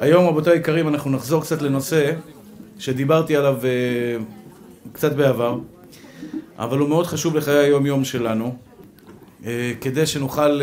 היום, רבותיי היקרים, אנחנו נחזור קצת לנושא שדיברתי עליו קצת בעבר, אבל הוא מאוד חשוב לחיי היום-יום שלנו, כדי שנוכל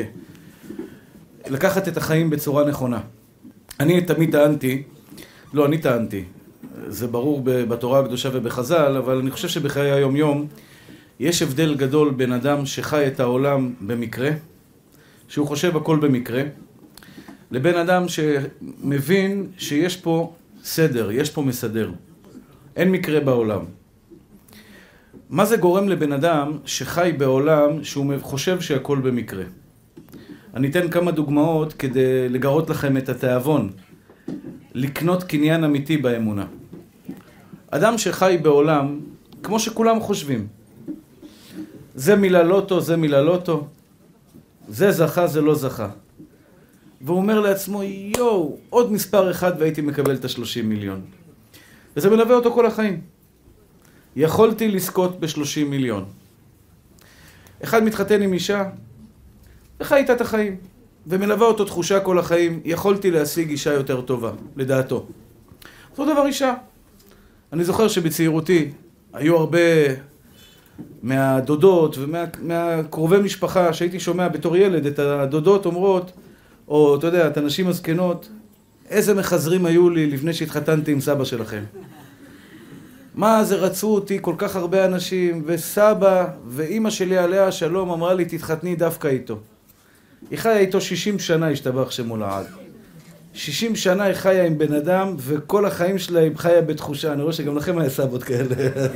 לקחת את החיים בצורה נכונה. אני תמיד טענתי, זה ברור בתורה הקדושה ובחז"ל, אבל אני חושב שבחיי היום-יום יש הבדל גדול בין אדם שחי את העולם במקרה, שהוא חושב הכל במקרה, לבין אדם שמבין שיש פה סדר, יש פה מסדר. אין מקרה בעולם. מה זה גורם לבן אדם שחי בעולם שהוא חושב שהכל במקרה? אני אתן כמה דוגמאות כדי לגרות לכם את התיאבון, לקנות קניין אמיתי באמונה. אדם שחי בעולם, כמו שכולם חושבים, זה מילה לוטו, זה מילה לוטו, זה זכה, זה לא זכה. והוא אומר לעצמו, עוד מספר אחד והייתי מקבל את 30 מיליון. וזה מלווה אותו כל החיים. יכולתי לזכות ב-30 מיליון. אחד מתחתן עם אישה, וחי איתה את החיים. ומלווה אותו תחושה כל החיים, יכולתי להשיג אישה יותר טובה, לדעתו. אותו דבר אישה. אני זוכר שבצעירותי היו הרבה מהדודות ומהקרובי משפחה שהייתי שומע בתור ילד את הדודות אומרות, או אתה יודע, את הנשים הזקנות, איזה מחזרים היו לי לפני שהתחתנתי עם סבא שלכם. מה זה רצו אותי כל כך הרבה אנשים, וסבא ואימא שלי עליה השלום אמרה לי תתחתני דווקא איתו. היא חיה איתו 60 שנה, השתבח שמו לעד. 60 שנה היא חיה עם בן אדם, וכל החיים שלה היא חיה בתחושה. אני רואה שגם לכם היה סבות כאלה.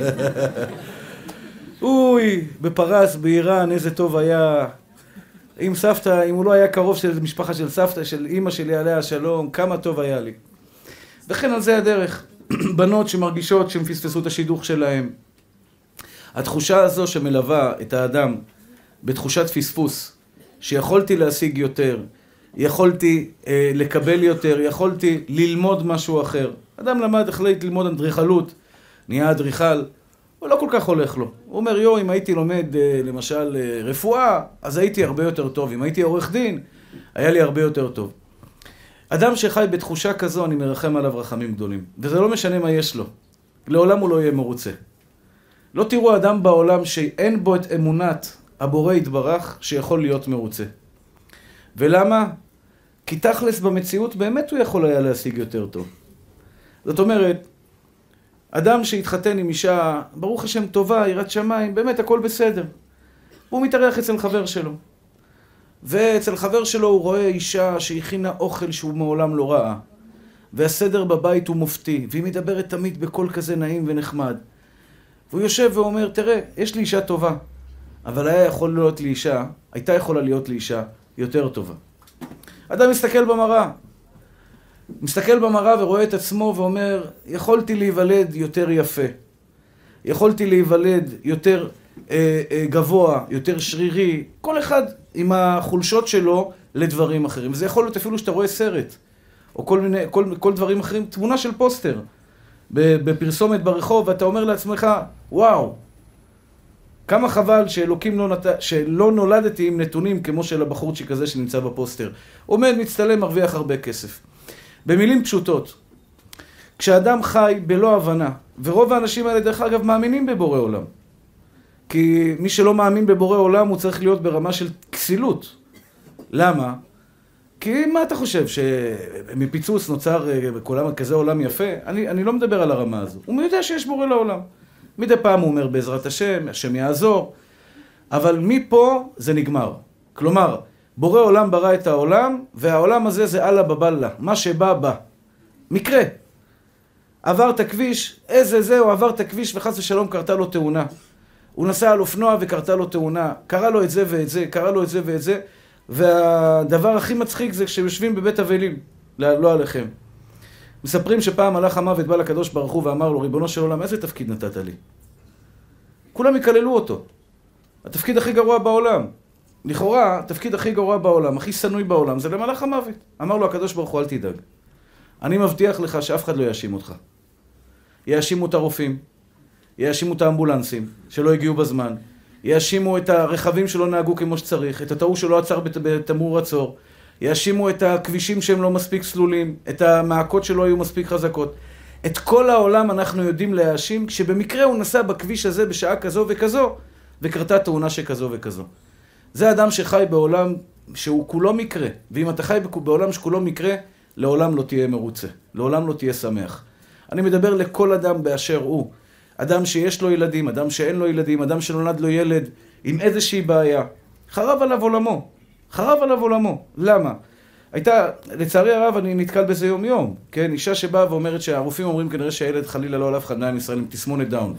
אוי, בפרס, באיראן, איזה טוב היה. עם סבתא, אם הוא לא היה קרוב של משפחה של סבתא, של אמא שלי עליה השלום, כמה טוב היה לי. וכן על זה הדרך. בנות שמרגישות שהם פספסו את השידוך שלהם. התחושה הזו שמלווה את האדם בתחושת פספוס, שיכולתי להשיג יותר, יכולתי לקבל יותר, יכולתי ללמוד משהו אחר. אדם למד, החליט ללמוד אדריכלות, נהיה אדריכל, הוא לא כל כך הולך לו. הוא אומר, אם הייתי לומד למשל רפואה, אז הייתי הרבה יותר טוב. אם הייתי עורך דין, היה לי הרבה יותר טוב. אדם שחי בתחושה כזו, אני מרחם עליו רחמים גדולים. וזה לא משנה מה יש לו. לעולם הוא לא יהיה מרוצה. לא תראו אדם בעולם שאין בו את אמונת הבורא יתברך שיכול להיות מרוצה. ולמה? כי תכלס במציאות באמת הוא יכול היה להשיג יותר טוב. זאת אומרת, אדם שהתחתן עם אישה, ברוך השם טובה, יראת שמיים, באמת הכל בסדר. הוא מתארח אצל חבר שלו. ואצל חבר שלו הוא רואה אישה שהכינה אוכל שהוא מעולם לא ראה. והסדר בבית הוא מופתי, והיא מדברת תמיד בקול כזה נעים ונחמד. והוא יושב ואומר, תראה, יש לי אישה טובה, אבל הייתה יכולה להיות לי אישה יותר טובה. אדם מסתכל במראה ורואה את עצמו ואומר, יכולתי להיוולד יותר יפה. יכולתי להיוולד יותר גבוה, יותר שרירי. כל אחד עם החולשות שלו לדברים אחרים. וזה יכול להיות אפילו שאתה רואה סרט, או כל דברים אחרים, תמונה של פוסטר בפרסומת ברחוב, ואתה אומר לעצמך, וואו, כמה חבל שלא נולדתי עם נתונים כמו של הבחורצ'יק הזה שנמצא בפוסטר. עומד, מצטלם, מרוויח הרבה כסף. במילים פשוטות, כשאדם חי בלא הבנה, ורוב האנשים האלה דרך אגב מאמינים בבורא עולם, כי מי שלא מאמין בבורא עולם הוא צריך להיות ברמה של כסילות. למה? כי מה אתה חושב, שמפיצוץ נוצר כזה עולם יפה? אני לא מדבר על הרמה הזו. הוא יודע שיש בורא לעולם. מדי פעם הוא אומר בעזרת השם, השם יעזור, אבל מפה זה נגמר. כלומר, בורא עולם ברא את העולם, והעולם הזה זה אללה בבאללה, מה שבא בא. מקרה. עבר את הכביש, הוא עבר את הכביש וחס ושלום קרתה לו תאונה. הוא נסע על אופנוע וקרתה לו תאונה, קרה לו את זה ואת זה, קרה לו את זה ואת זה, והדבר הכי מצחיק זה כשיושבים בבית אבלים, לא עליכם. מספרים שפעם הלך המוות, בא לקדוש ברוך הוא ואמר לו, ריבונו של עולם, איזה תפקיד נתת לי? כולם יקללו אותו. התפקיד הכי גרוע בעולם. לכאורה, התפקיד הכי גרוע בעולם, הכי שנוי בעולם, זה למלאך המוות. אמר לו הקדוש ברוך הוא, אל תדאג. אני מבטיח לך שאף אחד לא יאשים אותך. יאשימו את הרופאים, יאשימו את האמבולנסים שלא הגיעו בזמן, יאשימו את הרכבים שלא נהגו כמו שצריך, את התאו שלא עצר בתמרור עצור, יאשימו את הכבישים שהם לא מספיק סלולים, את המעקות שלא היו מספיק חזקות. את כל העולם אנחנו יודעים להאשים, כשבמקרה הוא נסע בכביש הזה בשעה כזו וכזו, וקרתה תאונה שכזו וכזו. זה אדם שחי בעולם שהוא כולו מקרה, ואם אתה חי בעולם שכולו מקרה, לעולם לא תהיה מרוצה, לעולם לא תהיה שמח. אני מדבר לכל אדם באשר הוא. אדם שיש לו ילדים, אדם שאין לו ילדים, אדם שנולד לו ילד עם איזושהי בעיה. חרב עליו עולמו. חרב עליו עולמו. למה? לצערי הרב אני נתקל בזה יום יום. כן? אישה שבאה ואומרת שהרופאים אומרים כנראה שהילד חלילה לא עליו חניים ישראל עם תסמונת דאון.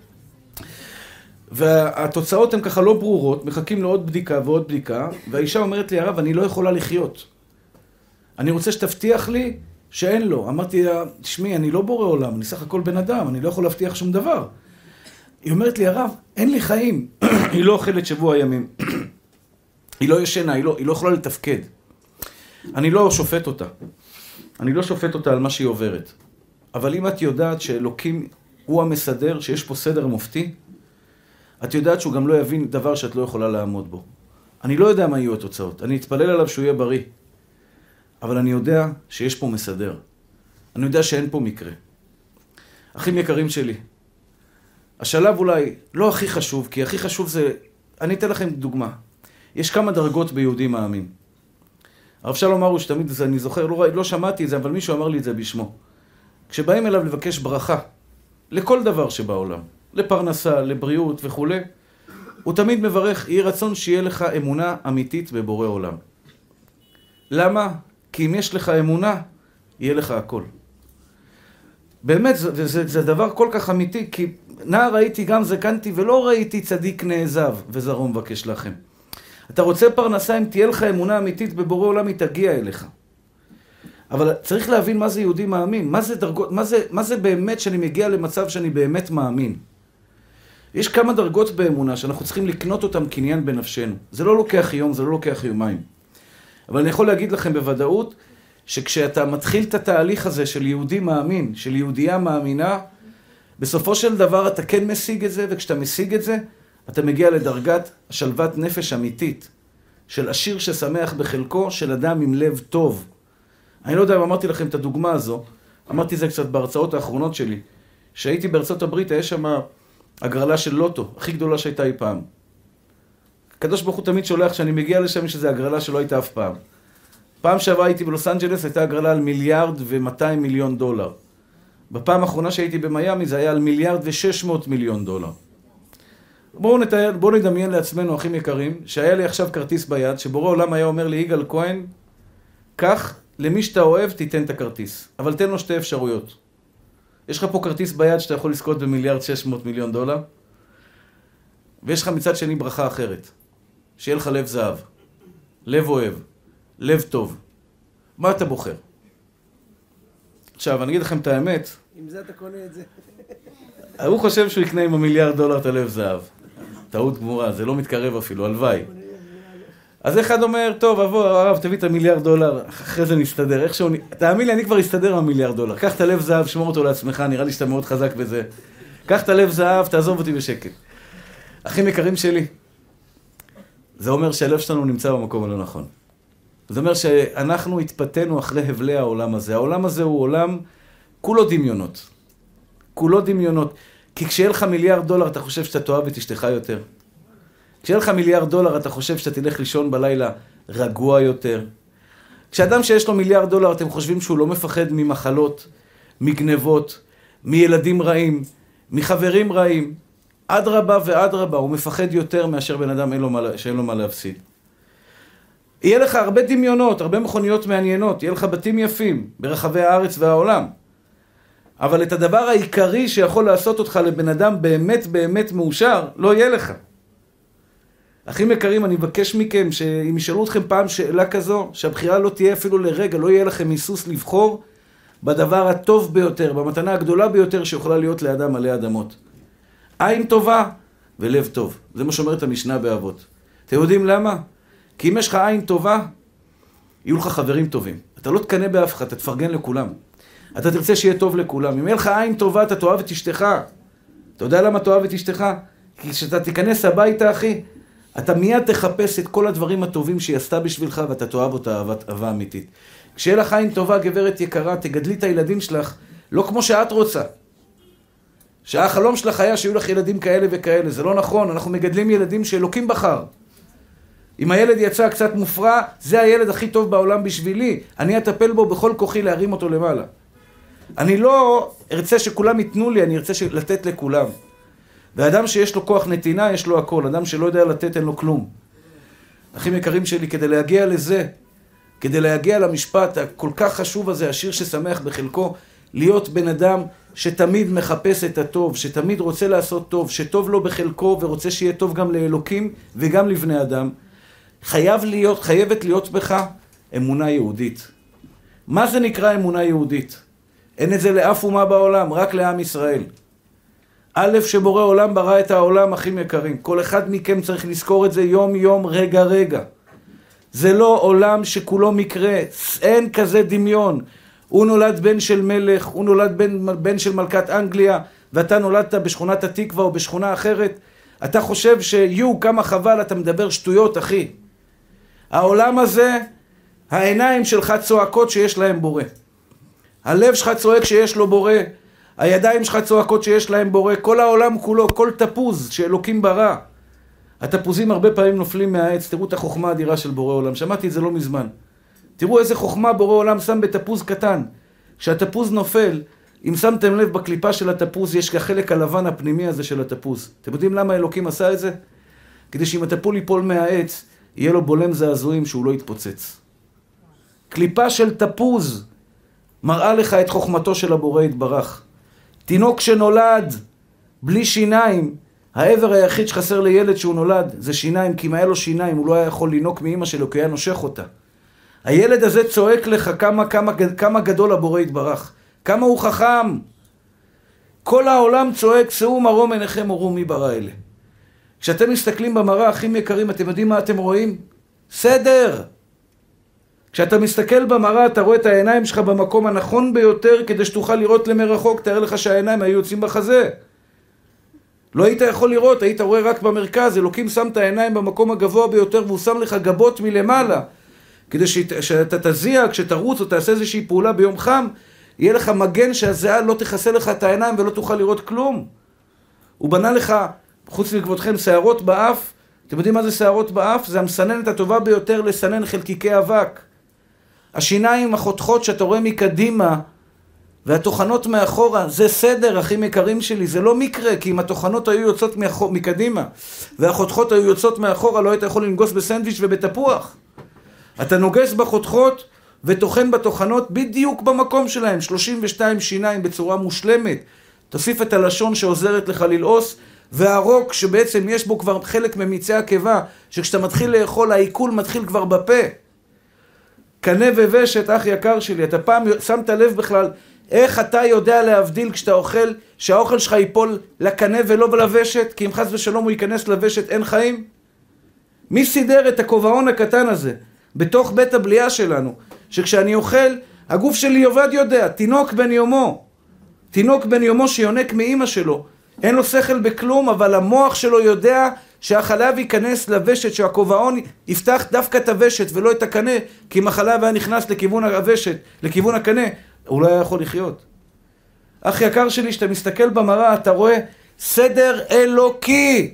והתוצאות הן ככה לא ברורות, מחכים לעוד בדיקה ועוד בדיקה, והאישה אומרת לי, הרב, אני לא יכולה לחיות. אני רוצה שתבטיח לי שאין לו. אמרתי לה, תשמעי, אני לא בורא עולם, אני סך הכל בן אדם, אני לא יכול להבטיח שום דבר. היא אומרת לי, הרב, אין לי חיים. היא לא אוכלת שבוע ימים. היא לא ישנה, היא לא יכולה לתפקד. אני לא שופט אותה. אני לא שופט אותה על מה שהיא עוברת. אבל אם את יודעת שאלוקים הוא המסדר, שיש פה סדר מופתי, את יודעת שהוא גם לא יבין דבר שאת לא יכולה לעמוד בו. אני לא יודע מה יהיו התוצאות. אני אתפלל עליו שהוא יהיה בריא. אבל אני יודע שיש פה מסדר. אני יודע שאין פה מקרה. אחים יקרים שלי, השלב אולי לא הכי חשוב, כי הכי חשוב זה... אני אתן לכם דוגמה. יש כמה דרגות ביהודי מאמין. הרב שלום ארוש, תמיד אני זוכר, לא שמעתי את זה, אבל מישהו אמר לי את זה בשמו. כשבאים אליו לבקש ברכה, לכל דבר שבעולם, לפרנסה, לבריאות וכו', הוא תמיד מברך, יהי רצון שיהיה לך אמונה אמיתית בבורא עולם. למה? כי אם יש לך אמונה, יהיה לך הכל. באמת, זה דבר כל כך אמיתי, כי נער הייתי גם זקנתי ולא ראיתי צדיק נעזב וזרום מבקש לכם. אתה רוצה פרנסה, אם תהיה לך אמונה אמיתית בבורא עולם, היא תגיע אליך. אבל צריך להבין מה זה יהודי מאמין, מה זה באמת שאני מגיע למצב שאני באמת מאמין. יש כמה דרגות באמונה שאנחנו צריכים לקנות אותם קניין בנפשנו. זה לא לוקח יום, זה לא לוקח יומיים. אבל אני יכול להגיד לכם בוודאות, שכשאתה מתחיל את התהליך הזה של יהודי מאמין, של יהודייה מאמינה, בסופו של דבר אתה כן משיג את זה, וכשאתה משיג את זה, אתה מגיע לדרגת שלוות נפש אמיתית, של עשיר ששמח בחלקו, של אדם עם לב טוב. אני לא יודע אם אמרתי לכם את הדוגמה הזו, אמרתי זה קצת בהרצאות האחרונות שלי, שהייתי בארצות הברית, היה שם הגרלה של לוטו, הכי גדולה שהייתה אי פעם. הקדוש ברוך הוא תמיד שולח שאני מגיע לשם שזה הגרלה שלא הייתה אף פעם. פעם שעברה הייתי בלוס אנג'לס, הייתה הגרלה על $1.2 מיליארד. בפעם האחרונה שהייתי במיימי זה היה על $1.6 מיליארד. בואו נדמיין לעצמנו, אחים יקרים, שהיה לי עכשיו כרטיס ביד, שבורא עולם היה אומר לי, יגאל כהן, כך, למי שאתה אוהב, תיתן את הכרטיס. אבל תן לו שתי אפשרויות. יש לך פה כרטיס ביד שאתה יכול לזכות ב$1.6 מיליארד, ויש לך מצד שני ברכה אחרת. שיהיה לך לב זהב, לב אוהב, לב טוב. מה אתה בוחר? עכשיו, אני אגיד לכם את האמת. עם זה אתה קונה את זה. הוא חושב שהוא יקנה עם $1 מיליארד את הלב זהב. טעות גמורה, זה לא מתקרב אפילו, הלוואי. אז אחד אומר, טוב, אבוא, הרב, תביא את $1 מיליארד, אחרי זה נסתדר. איכשהו, תאמין לי, אני כבר אסתדר $1 מיליארד. קח את הלב זהב, שמור אותו לעצמך, נראה לי שאתה מאוד חזק בזה. קח את הלב זהב, תעזוב אותי בשקט. אחים יקרים שלי, זה אומר שהלב שלנו נמצא במקום הלא נכון. זה אומר שאנחנו התפתנו אחרי הבלי העולם הזה. העולם הזה הוא עולם כולו דמיונות. כולו דמיונות. כי כשיהיה לך $1 מיליארד, אתה חושב שאתה תאהב את אשתך יותר. כשיהיה לך $1 מיליארד, אתה חושב שאתה תלך לישון בלילה רגוע יותר. כשאדם שיש לו $1 מיליארד, אתם חושבים שהוא לא מפחד ממחלות, מגנבות, מילדים רעים, מחברים רעים. אדרבה ואדרבה, הוא מפחד יותר מאשר בן אדם שאין לו מה להפסיד. יהיה לך הרבה דמיונות, הרבה מכוניות מעניינות, יהיה לך בתים יפים ברחבי הארץ והעולם. אבל את הדבר העיקרי שיכול לעשות אותך לבן אדם באמת באמת מאושר, לא יהיה לך. אחים יקרים, אני מבקש מכם שאם ישאלו אתכם פעם שאלה כזו, שהבחירה לא תהיה אפילו לרגע, לא יהיה לכם היסוס לבחור בדבר הטוב ביותר, במתנה הגדולה ביותר שיכולה להיות לאדם עלי אדמות. עין טובה ולב טוב. זה מה שאומרת המשנה באבות. אתם יודעים למה? כי אם יש לך עין טובה, יהיו לך חברים טובים. אתה לא תקנה באף אחד, אתה תפרגן לכולם. אתה תרצה שיהיה טוב לכולם. אם יהיה לך עין טובה, אתה תאהב את אשתך. אתה יודע למה תאהב את אשתך? כי כשאתה תיכנס הביתה, אחי, אתה מיד תחפש את כל הדברים הטובים שהיא עשתה בשבילך, ואתה תאהב אותה אהבה אמיתית. כשיהיה לך עין טובה, גברת יקרה, תגדלי את הילדים שלך, לא כמו שאת רוצה. שהחלום שלך היה שיהיו לך ילדים כאלה וכאלה, זה לא נכון, אנחנו מגדלים ילדים שאלוקים בחר. אם הילד יצא קצת מופרע, זה הילד הכי טוב בעולם בשבילי, אני אטפל בו בכל כוחי להרים אותו למעלה. אני לא ארצה שכולם ייתנו לי, אני ארצה לתת לכולם. ואדם שיש לו כוח נתינה, יש לו הכל. אדם שלא יודע לתת, אין לו כלום. אחים יקרים שלי, כדי להגיע לזה, כדי להגיע למשפט הכל כך חשוב הזה, השיר ששמח בחלקו, להיות בן אדם שתמיד מחפש את הטוב, שתמיד רוצה לעשות טוב, שטוב לו בחלקו ורוצה שיהיה טוב גם לאלוקים וגם לבני אדם, חייבת להיות בך אמונה יהודית. מה זה נקרא אמונה יהודית? אין את זה לאף אומה בעולם, רק לעם ישראל. א', שבורא עולם ברא את העולם, אחים יקרים. כל אחד מכם צריך לזכור את זה יום יום, רגע רגע. זה לא עולם שכולו מקרה, אין כזה דמיון. הוא נולד בן של מלך, הוא נולד בן של מלכת אנגליה, ואתה נולדת בשכונת התקווה או בשכונה אחרת. אתה חושב שיו, כמה חבל, אתה מדבר שטויות, אחי. העולם הזה, העיניים שלך צועקות שיש להם בורא. הלב שלך צועק שיש לו בורא. הידיים שלך צועקות שיש להם בורא. כל העולם כולו, כל תפוז שאלוקים ברא. התפוזים הרבה פעמים נופלים מהעץ. תראו את החוכמה האדירה של בורא עולם. שמעתי את זה לא מזמן. תראו איזה חוכמה בורא עולם שם בתפוז קטן. כשהתפוז נופל, אם שמתם לב בקליפה של התפוז, יש החלק הלבן הפנימי הזה של התפוז. אתם יודעים למה אלוקים עשה את זה? כדי שאם התפול ייפול מהעץ, יהיה לו בולם זעזועים שהוא לא יתפוצץ. קליפה של תפוז מראה לך את חוכמתו של הבורא יתברך. תינוק שנולד בלי שיניים, העבר היחיד שחסר לילד שהוא נולד זה שיניים, כי אם היה לו שיניים הוא לא היה יכול לינוק מאמא שלו, כי היה נושך אותה. הילד הזה צועק לך כמה גדול הבורא יתברך, כמה הוא חכם. כל העולם צועק, שאו מרום עיניכם וראו מי ברא אלה. כשאתם מסתכלים במראה, אחים יקרים, אתם יודעים מה אתם רואים? סדר. כשאתה מסתכל במראה, אתה רואה את העיניים שלך במקום הנכון ביותר, כדי שתוכל לראות למרחוק. תאר לך שהעיניים היו יוצאים בחזה. לא היית יכול לראות, היית רואה רק במרכז. אלוקים שם את העיניים במקום הגבוה ביותר, והוא שם לך גבות מלמעלה. כדי שאתה תזיע, כשתרוץ או תעשה איזושהי פעולה ביום חם, יהיה לך מגן שהזיעה לא תכסה לך את העיניים ולא תוכל לראות כלום. הוא בנה לך, חוץ מכבודכם, שערות באף. אתם יודעים מה זה שערות באף? זה המסננת הטובה ביותר לסנן חלקיקי אבק. השיניים החותכות שאתה רואה מקדימה, והתוכנות מאחורה, זה סדר, אחים יקרים שלי, זה לא מקרה, כי אם התוכנות היו יוצאות מקדימה, והחותכות היו יוצאות מאחורה, לא היית יכול לנגוס בסנדוויץ' ובתפוח. אתה נוגס בחותכות ותוכן בתוכנות בדיוק במקום שלהם, 32 שיניים בצורה מושלמת. תוסיף את הלשון שעוזרת לך ללעוס, והרוק שבעצם יש בו כבר חלק ממיצי הקיבה, שכשאתה מתחיל לאכול, העיכול מתחיל כבר בפה. קנה וושת, אח יקר שלי, אתה פעם שמת לב בכלל, איך אתה יודע להבדיל כשאתה אוכל, שהאוכל שלך ייפול לקנה ולא לוושת, כי אם חס ושלום הוא ייכנס לוושת אין חיים? מי סידר את הכובעון הקטן הזה, בתוך בית הבליעה שלנו, שכשאני אוכל, הגוף שלי עובד יודע, תינוק בן יומו שיונק מאמא שלו, אין לו שכל בכלום, אבל המוח שלו יודע שהחלב ייכנס לוושת, שהכובעון יפתח דווקא את הוושת ולא את הקנה, כי אם החלב היה נכנס לכיוון הוושת, לכיוון הקנה, הוא לא היה יכול לחיות. אח יקר שלי, שאתה מסתכל במראה, אתה רואה סדר אלוקי.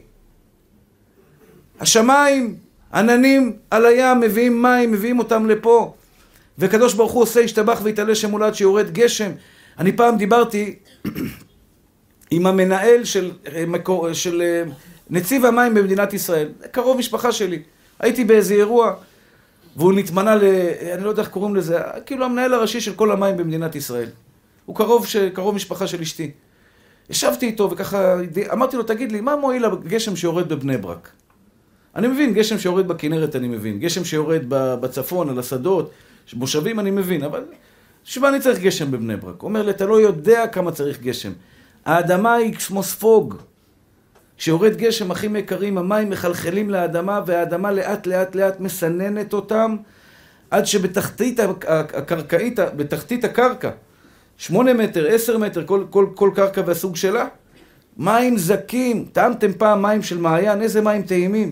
השמיים, עננים על הים, מביאים מים, מביאים אותם לפה. וקדוש ברוך הוא עושה ישתבח ויתעלה שם הולד שיורד גשם. אני פעם דיברתי עם המנהל של נציב המים במדינת ישראל, קרוב משפחה שלי. הייתי באיזה אירוע, והוא נתמנה אני לא יודע איך קוראים לזה, כאילו המנהל הראשי של כל המים במדינת ישראל. הוא קרוב משפחה של אשתי. ישבתי איתו וככה, אמרתי לו, תגיד לי, מה מועיל הגשם שיורד בבני ברק? אני מבין, גשם שיורד בכנרת אני מבין, גשם שיורד בצפון, על השדות, מושבים אני מבין, אבל שמה אני צריך גשם בבני ברק? הוא אומר לי, אתה לא יודע כמה צריך גשם. האדמה היא כמו ספוג. כשיורד גשם, אחים יקרים, המים מחלחלים לאדמה, והאדמה לאט לאט לאט מסננת אותם, עד שבתחתית הקרקעית, בתחתית הקרקע, 8 מטר, 10 מטר, כל קרקע והסוג שלה, מים זקים. טעמתם פעם מים של מעיין? איזה מים טעימים.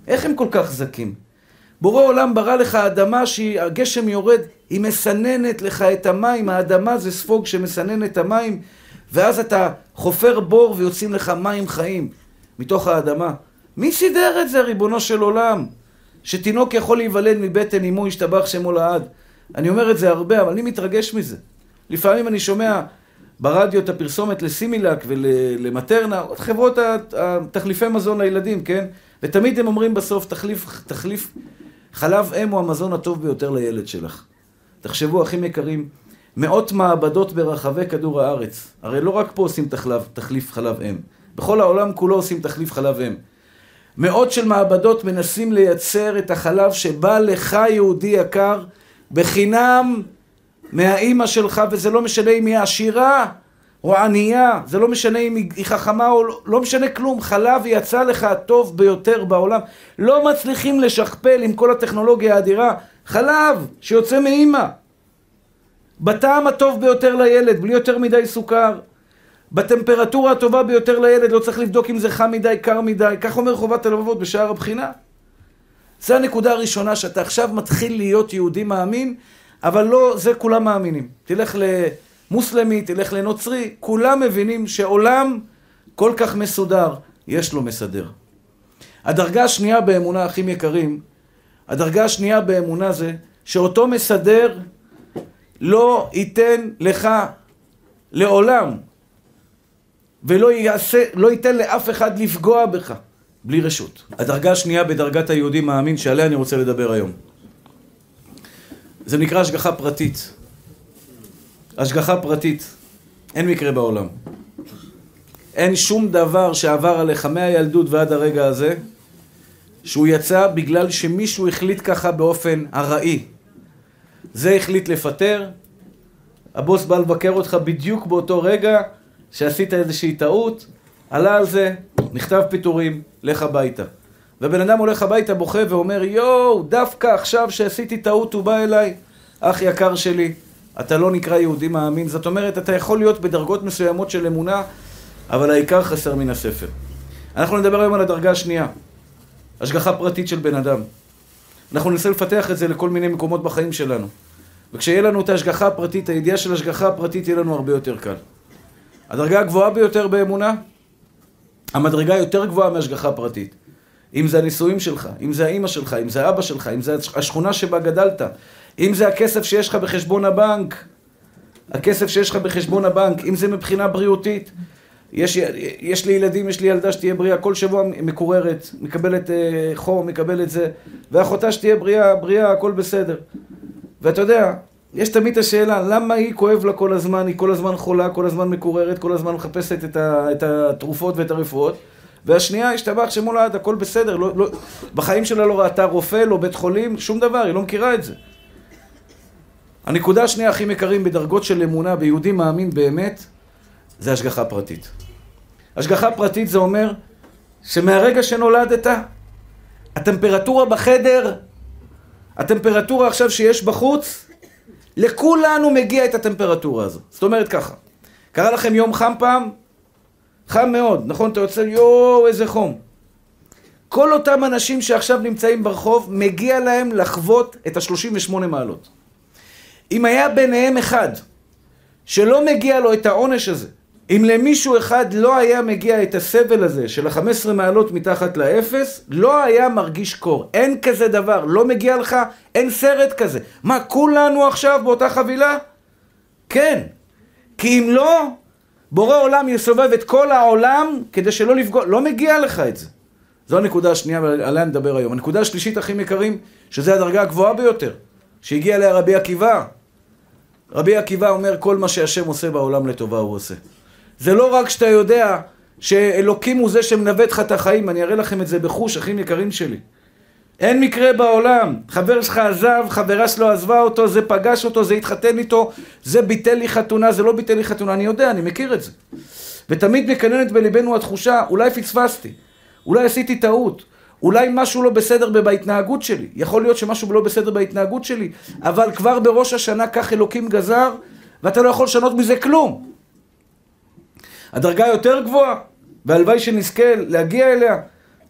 איך הם כל כך זקים? בורא עולם ברא לך אדמה שהגשם יורד, היא מסננת לך את המים, האדמה זה ספוג שמסנן את המים, ואז אתה חופר בור ויוצאים לך מים חיים מתוך האדמה. מי סידר את זה, ריבונו של עולם? שתינוק יכול להיוולד מבטן אמו, ישתבח שמו לעד. אני אומר את זה הרבה, אבל אני מתרגש מזה. לפעמים אני שומע ברדיו את הפרסומת לסימילק ולמטרנה, חברות תחליפי מזון לילדים, כן? ותמיד הם אומרים בסוף, תחליף חלב אם הוא המזון הטוב ביותר לילד שלך. תחשבו, אחים יקרים, מאות מעבדות ברחבי כדור הארץ. הרי לא רק פה עושים תחליף חלב אם. בכל העולם כולו עושים תחליף חלב אם. מאות של מעבדות מנסים לייצר את החלב שבא לך יהודי יקר בחינם מהאימא שלך, וזה לא משנה אם היא עשירה או ענייה, זה לא משנה אם היא חכמה או לא משנה כלום, חלב יצא לך הטוב ביותר בעולם. לא מצליחים לשכפל עם כל הטכנולוגיה האדירה, חלב שיוצא מאימא, בטעם הטוב ביותר לילד, בלי יותר מדי סוכר, בטמפרטורה הטובה ביותר לילד, לא צריך לבדוק אם זה חם מדי, קר מדי, כך אומר חובת הלבבות בשער הבחינה. זה הנקודה הראשונה, שאתה עכשיו מתחיל להיות יהודי מאמין, אבל לא, זה כולם מאמינים. תלך למוסלמי, תלך לנוצרי, כולם מבינים שעולם כל כך מסודר, יש לו מסדר. הדרגה השנייה באמונה, אחים יקרים, הדרגה השנייה באמונה זה שאותו מסדר לא ייתן לך לעולם, ולא ייתן לאף אחד לפגוע בך, בלי רשות. הדרגה השנייה בדרגת היהודי מאמין, שעליה אני רוצה לדבר היום. זה נקרא השגחה פרטית. השגחה פרטית. אין מקרה בעולם. אין שום דבר שעבר עליך מהילדות ועד הרגע הזה, שהוא יצא בגלל שמישהו החליט ככה באופן ארעי. זה החליט לפטר, הבוס בא לבקר אותך בדיוק באותו רגע, שעשית איזושהי טעות, עלה על זה, נכתב פיטורים, לך הביתה. והבן אדם הולך הביתה, בוכה ואומר, יואו, דווקא עכשיו שעשיתי טעות הוא בא אליי, אח יקר שלי, אתה לא נקרא יהודי מאמין. זאת אומרת, אתה יכול להיות בדרגות מסוימות של אמונה, אבל העיקר חסר מן הספר. אנחנו נדבר היום על הדרגה השנייה, השגחה פרטית של בן אדם. אנחנו ננסה לפתח את זה לכל מיני מקומות בחיים שלנו. וכשיהיה לנו את ההשגחה הפרטית, הידיעה של השגחה הפרטית יהיה לנו הרבה יותר קל. הדרגה הגבוהה ביותר באמונה, המדרגה יותר גבוהה מהשגחה פרטית. אם זה הנישואים שלך, אם זה האמא שלך, אם זה אבא שלך, אם זה השכונה שבה גדלת, אם זה הכסף שיש לך בחשבון הבנק, הכסף שיש לך בחשבון הבנק, אם זה מבחינה בריאותית, יש לי ילדים, יש לי ילדה שתהיה בריאה, כל שבוע מקוררת, מקבלת חום, מקבלת זה, ואחותה שתהיה בריאה, הכל בסדר. ואתה יודע, יש תמיד השאלה, למה היא כואב לה כל הזמן, היא כל הזמן חולה, כל הזמן מקוררת, כל הזמן מחפשת את התרופות ואת הרפואות, והשנייה, השתבח שמו לעד, הכל בסדר, בחיים שלה לא ראתה רופא, לא בית חולים, שום דבר, היא לא מכירה את זה. הנקודה השנייה הכי מקרים בדרגות של אמונה, ביהודי מאמין באמת, זה השגחה פרטית. השגחה פרטית זה אומר שמהרגע שנולדת, הטמפרטורה בחדר, הטמפרטורה עכשיו שיש בחוץ, לכולנו מגיע את הטמפרטורה הזו. זאת אומרת ככה, קרה לכם יום חם פעם? חם מאוד, נכון? אתה יוצא, יואו, איזה חום. כל אותם אנשים שעכשיו נמצאים ברחוב, מגיע להם לחוות את ה-38 מעלות. אם היה ביניהם אחד שלא מגיע לו את העונש הזה, אם למישהו אחד לא היה מגיע את הסבל הזה של ה-15 מעלות מתחת לאפס, לא היה מרגיש קור. אין כזה דבר, לא מגיע לך, אין סרט כזה. מה, כולנו עכשיו באותה חבילה? כן. כי אם לא, בורא עולם יסובב את כל העולם כדי שלא לפגוע, לא מגיע לך את זה. זו הנקודה השנייה, ועליה נדבר היום. הנקודה השלישית, הכי יקרים, שזה הדרגה הגבוהה ביותר, שהגיע אליה רבי עקיבא. רבי עקיבא אומר, כל מה שהשם עושה בעולם לטובה הוא עושה. זה לא רק שאתה יודע שאלוקים הוא זה שמנווט לך את החיים, אני אראה לכם את זה בחוש, אחים יקרים שלי. אין מקרה בעולם, חבר שלך עזב, חברה שלו עזבה אותו, זה פגש אותו, זה התחתן איתו, זה ביטל לי חתונה, זה לא ביטל לי חתונה, אני יודע, אני מכיר את זה. ותמיד מקננת בליבנו התחושה, אולי פספסתי, אולי עשיתי טעות, אולי משהו לא בסדר בהתנהגות שלי, יכול להיות שמשהו לא בסדר בהתנהגות שלי, אבל כבר בראש השנה כך אלוקים גזר, ואתה לא יכול לשנות מזה כלום. הדרגה יותר גבוהה, והלוואי שנזכה להגיע אליה,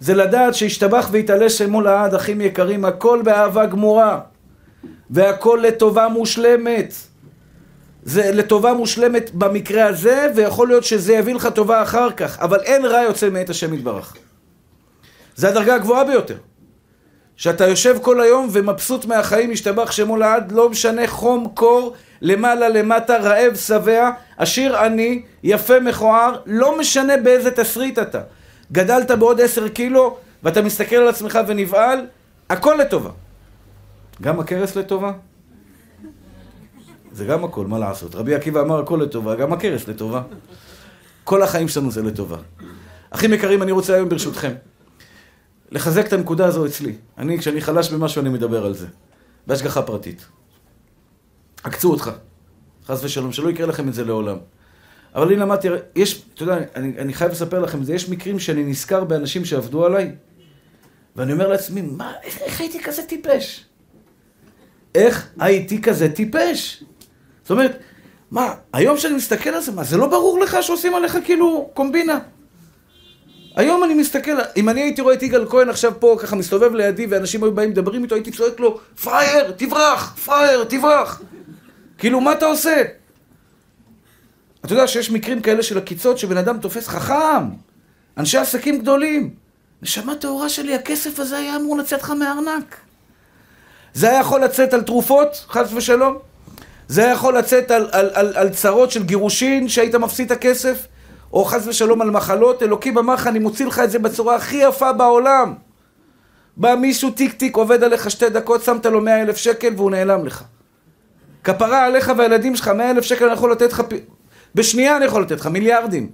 זה לדעת שהשתבח והתעלה שמו לעד, אחים יקרים, הכל באהבה גמורה, והכל לטובה מושלמת. זה לטובה מושלמת במקרה הזה, ויכול להיות שזה יביא לך טובה אחר כך, אבל אין רע יוצא מאת השם יתברך. זה הדרגה הגבוהה ביותר. שאתה יושב כל היום ומבסוט מהחיים, השתבח שמו לעד, לא משנה חום, קור, למעלה, למטה, רעב, שבע, עשיר, עני, יפה, מכוער, לא משנה באיזה תסריט אתה. גדלת בעוד 10 קילו, ואתה מסתכל על עצמך ונבעל, הכל לטובה. גם הכרס לטובה? זה גם הכל, מה לעשות? רבי עקיבא אמר הכל לטובה, גם הכרס לטובה. כל החיים שלנו זה לטובה. אחים יקרים, אני רוצה היום ברשותכם לחזק את הנקודה הזו אצלי. כשאני חלש במשהו אני מדבר על זה. בהשגחה פרטית. עקצו אותך. חס ושלום, שלא יקרה לכם את זה לעולם. אבל אני למדתי, אתה יודע, אני חייב לספר לכם את זה, יש מקרים שאני נזכר באנשים שעבדו עליי, ואני אומר לעצמי, איך הייתי כזה טיפש? איך הייתי כזה טיפש? זאת אומרת, היום שאני מסתכל על זה, זה לא ברור לך שעושים עליך כאילו קומבינה? היום אני מסתכל, אם אני הייתי רואה את יגאל כהן עכשיו פה, ככה מסתובב לידי, ואנשים היו באים מדברים איתו, הייתי צועק לו, פרייר, תברח, פרייר, תברח. כאילו, מה אתה עושה? אתה יודע שיש מקרים כאלה של הקיצות, שבן אדם תופס חכם, אנשי עסקים גדולים. נשמה תאורה שלי, הכסף הזה היה אמור לצאת לך מהארנק. זה היה יכול לצאת על תרופות, חס ושלום. זה היה יכול לצאת על צרות של גירושין, שהיית מפסיד את הכסף. או חס ושלום על מחלות, אלוקים אמר, אני מוציא לך את זה בצורה הכי יפה בעולם. בא מישהו טיק טיק, עובד עליך 2 דקות, שמת לו 100,000 שקל והוא נעלם לך. כפרה עליך והילדים שלך, 100,000 שקל אני יכול לתת לך, בשנייה אני יכול לתת לך, מיליארדים.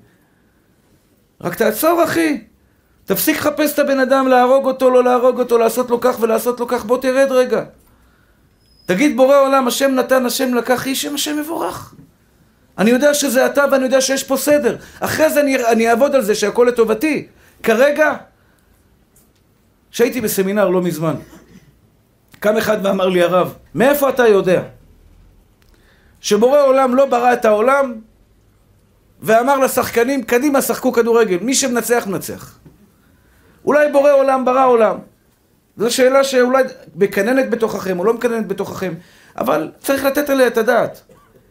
רק תעצור אחי, תפסיק לחפש את הבן אדם, להרוג אותו, לא להרוג אותו, לעשות לו כך ולעשות לו כך, בוא תרד רגע. תגיד בורא עולם, השם נתן, השם לקח, איש השם מבורך. אני יודע שזה אתה ואני יודע שיש פה סדר. אחרי זה אני אעבוד על זה שהכל לטובתי. כרגע, שהייתי בסמינר לא מזמן, קם אחד ואמר לי הרב, מאיפה אתה יודע שבורא עולם לא ברא את העולם ואמר לשחקנים, קדימה שחקו כדורגל, מי שמנצח מנצח. אולי בורא עולם ברא עולם. זו שאלה שאולי מקננת בתוככם או לא מקננת בתוככם, אבל צריך לתת עליה את הדעת.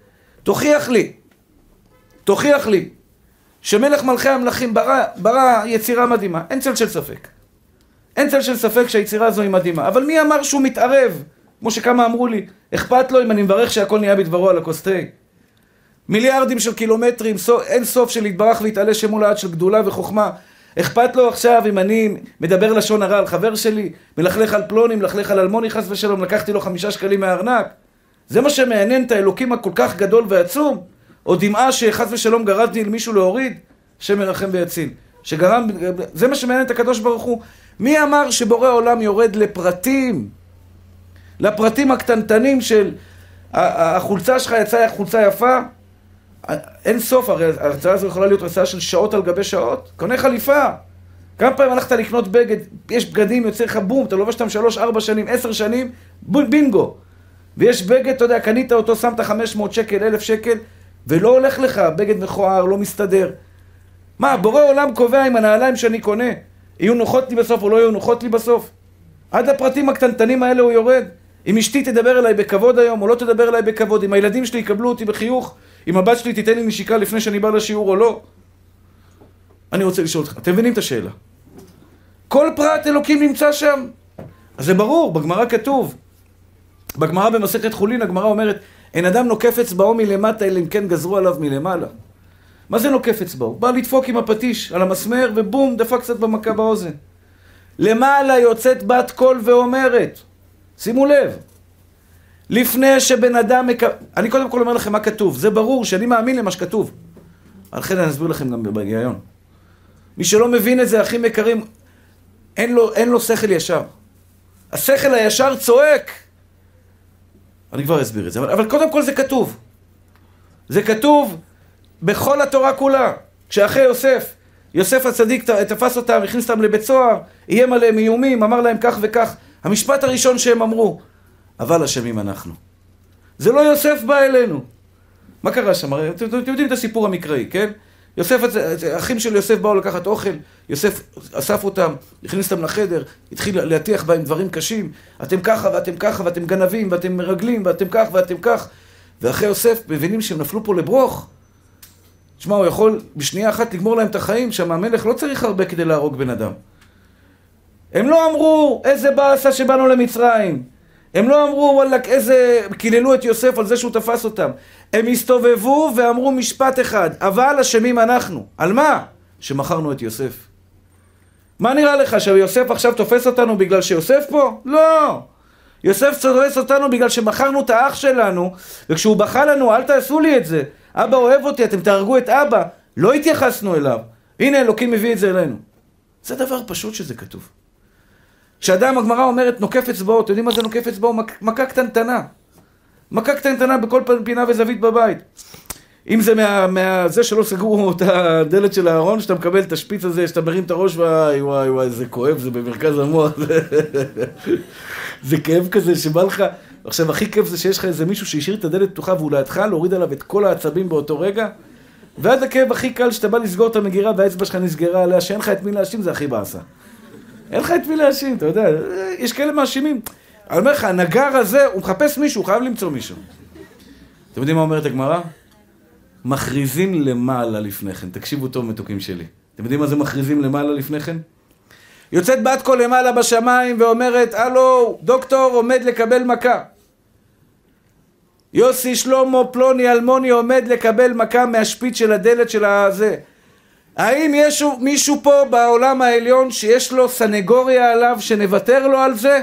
תוכיח לי שמלך מלכי המלכים ברא יצירה מדהימה, אין צל של ספק. אין צל של ספק שהיצירה הזו היא מדהימה, אבל מי אמר שהוא מתערב? כמו שכמה אמרו לי, אכפת לו אם אני מברך שהכל נהיה בדברו על הכוס תה. מיליארדים של קילומטרים, אין סוף של להתברך והתעלה שמו לעד של גדולה וחוכמה. אכפת לו עכשיו אם אני מדבר לשון הרע על חבר שלי, מלכלך על פלוני, מלכלך על אלמוני חס ושלום, לקחתי לו 5 שקלים מהארנק. זה מה שמעניין את האלוקים הכל כך גדול ועצום? או דמעה שחס ושלום גרדתי למישהו להוריד? השם ירחם ויציל. זה מה שמעניין את הקדוש ברוך הוא. מי אמר שבורא עולם יורד לפרטים? לפרטים הקטנטנים של החולצה שלך יצאה חולצה יפה? אין סוף, הרי ההרצאה הזו יכולה להיות הרצאה של שעות על גבי שעות. קונה חליפה. כמה פעמים הלכת לקנות בגד, יש בגדים, יוצא לך בום, אתה לובש אותם 3, 4 שנים, 10 שנים, בינגו. ויש בגד, אתה יודע, קנית אותו, שמת 500 שקל, 1,000 שקל, ולא הולך לך, בגד מכוער, לא מסתדר. מה, בורא עולם קובע אם הנעליים שאני קונה, יהיו נוחות לי בסוף או לא יהיו נוחות לי בסוף? עד הפרטים הקטנטנים האלה הוא יורד. אם אשתי תדבר אליי בכבוד היום או לא תדבר אליי בכבוד, אם הילדים שלי יקבלו אותי בחיוך, אם הבת שלי תיתן לי נשיקה לפני שאני בא לשיעור או לא. אני רוצה לשאול אותך, אתם מבינים את השאלה? כל פרט אלוקים נמצא שם. אז זה ברור, בגמרא כתוב. בגמרא במסכת חולין, הגמרא אומרת, אין אדם נוקף אצבעו מלמטה, אלא אם כן גזרו עליו מלמעלה. מה זה נוקף אצבעו? בא לדפוק עם הפטיש על המסמר, ובום, דפק קצת במכה באוזן. למעלה יוצאת בת קול ואומרת, שימו לב, לפני שבן אדם אני קודם כל אומר לכם מה כתוב, זה ברור שאני מאמין למה שכתוב. לכן אני אסביר לכם גם בהיגיון. מי שלא מבין את זה, אחים יקרים, אין לו שכל ישר. השכל הישר צועק. אני כבר אסביר את זה, אבל קודם כל זה כתוב. זה כתוב בכל התורה כולה. כשאחרי יוסף הצדיק תפס אותם, הכניס אותם לבית סוהר, איים עליהם איומים, אמר להם כך וכך. המשפט הראשון שהם אמרו, אבל אשמים אנחנו. זה לא יוסף בא אלינו. מה קרה שם? אתם יודעים את הסיפור המקראי, כן? יוסף, האחים של יוסף באו לקחת אוכל, יוסף אסף אותם, הכניס אותם לחדר, התחיל להטיח בהם דברים קשים, אתם ככה ואתם ככה ואתם גנבים ואתם מרגלים ואתם כך ואתם כך, ואחרי יוסף מבינים שהם נפלו פה לברוך. תשמע, הוא יכול בשנייה אחת לגמור להם את החיים, שם המלך לא צריך הרבה כדי להרוג בן אדם. הם לא אמרו איזה באסה שבאנו למצרים, הם לא אמרו וואלק איזה, קיללו את יוסף על זה שהוא תפס אותם. הם הסתובבו ואמרו משפט אחד, אבל אשמים אנחנו. על מה? שמכרנו את יוסף. מה נראה לך, שיוסף עכשיו תופס אותנו בגלל שיוסף פה? לא. יוסף תופס אותנו בגלל שמכרנו את האח שלנו, וכשהוא בכה לנו, אל תעשו לי את זה. אבא אוהב אותי, אתם תהרגו את אבא. לא התייחסנו אליו. הנה אלוקים מביא את זה אלינו. זה דבר פשוט שזה כתוב. כשאדם, הגמרא אומרת נוקף אצבעות, אתם יודעים מה זה נוקף אצבעות? מכה קטנטנה. מכה קטנטנה בכל פינה וזווית בבית. אם זה זה שלא סגרו את הדלת של הארון, שאתה מקבל את השפיץ הזה, שאתה מרים את הראש, וואי וואי וואי, זה כואב, זה במרכז המוח. זה כאב כזה שבא לך. עכשיו, הכי כיף זה שיש לך איזה מישהו שהשאיר את הדלת פתוחה, והוא לידך להוריד עליו את כל העצבים באותו רגע. ועד הכאב הכי קל שאתה בא לסגור את המגירה, והאצבע שלך נסגרה עליה, שאין לך את מי להאשים, זה הכי בעשה. אין לך את מי להאשים, אתה יודע, יש כאלה מאשימים. אני אומר לך, הנגר הזה, הוא מחפש מישהו, הוא חייב למצוא מישהו. אתם יודעים מה אומרת הגמרא? מכריזים למעלה לפני כן. תקשיבו טוב, מתוקים שלי. אתם יודעים מה זה מכריזים למעלה לפני כן? יוצאת בת קול למעלה בשמיים ואומרת, הלו, דוקטור עומד לקבל מכה. יוסי, שלמה, פלוני, אלמוני עומד לקבל מכה מהשפיץ של הדלת של הזה. האם יש מישהו פה בעולם העליון שיש לו סנגוריה עליו שנוותר לו על זה?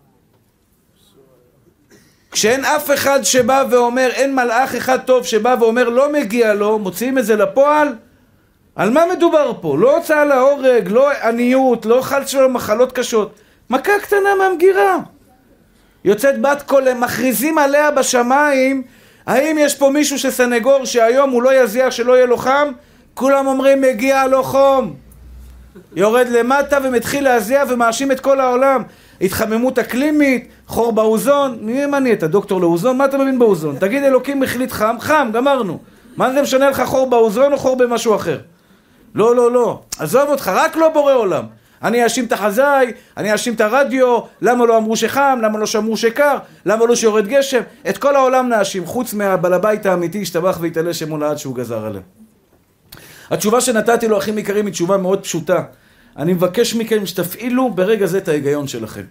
כשאין אף אחד שבא ואומר, אין מלאך אחד טוב שבא ואומר לא מגיע לו, מוציאים את זה לפועל? על מה מדובר פה? לא הוצאה להורג, לא עניות, לא חל שלו מחלות קשות. מכה קטנה מהמגירה. יוצאת בת קול, מכריזים עליה בשמיים, האם יש פה מישהו שסנגור שהיום הוא לא יזיע שלא יהיה לו חם? כולם אומרים מגיע לו חום. יורד למטה ומתחיל להזיע ומאשים את כל העולם. התחממות אקלימית, חור באוזון. מי מעניין את הדוקטור לאוזון? מה אתה מבין באוזון? תגיד אלוקים החליט חם, חם, גמרנו. מה זה משנה לך חור באוזון או חור במשהו אחר? לא, לא, לא. עזוב אותך, רק לא בורא עולם. אני אאשים את החזאי, אני אאשים את הרדיו, למה לא אמרו שחם, למה לא שמרו שקר, למה לא שיורד גשם. את כל העולם נאשים, חוץ מהבעל הבית האמיתי, השתבח והתעלה שמו לעד שהוא גזר עליהם. התשובה שנתתי לו, אחים יקרים, היא תשובה מאוד פשוטה. אני מבקש מכם שתפעילו ברגע זה את ההיגיון שלכם.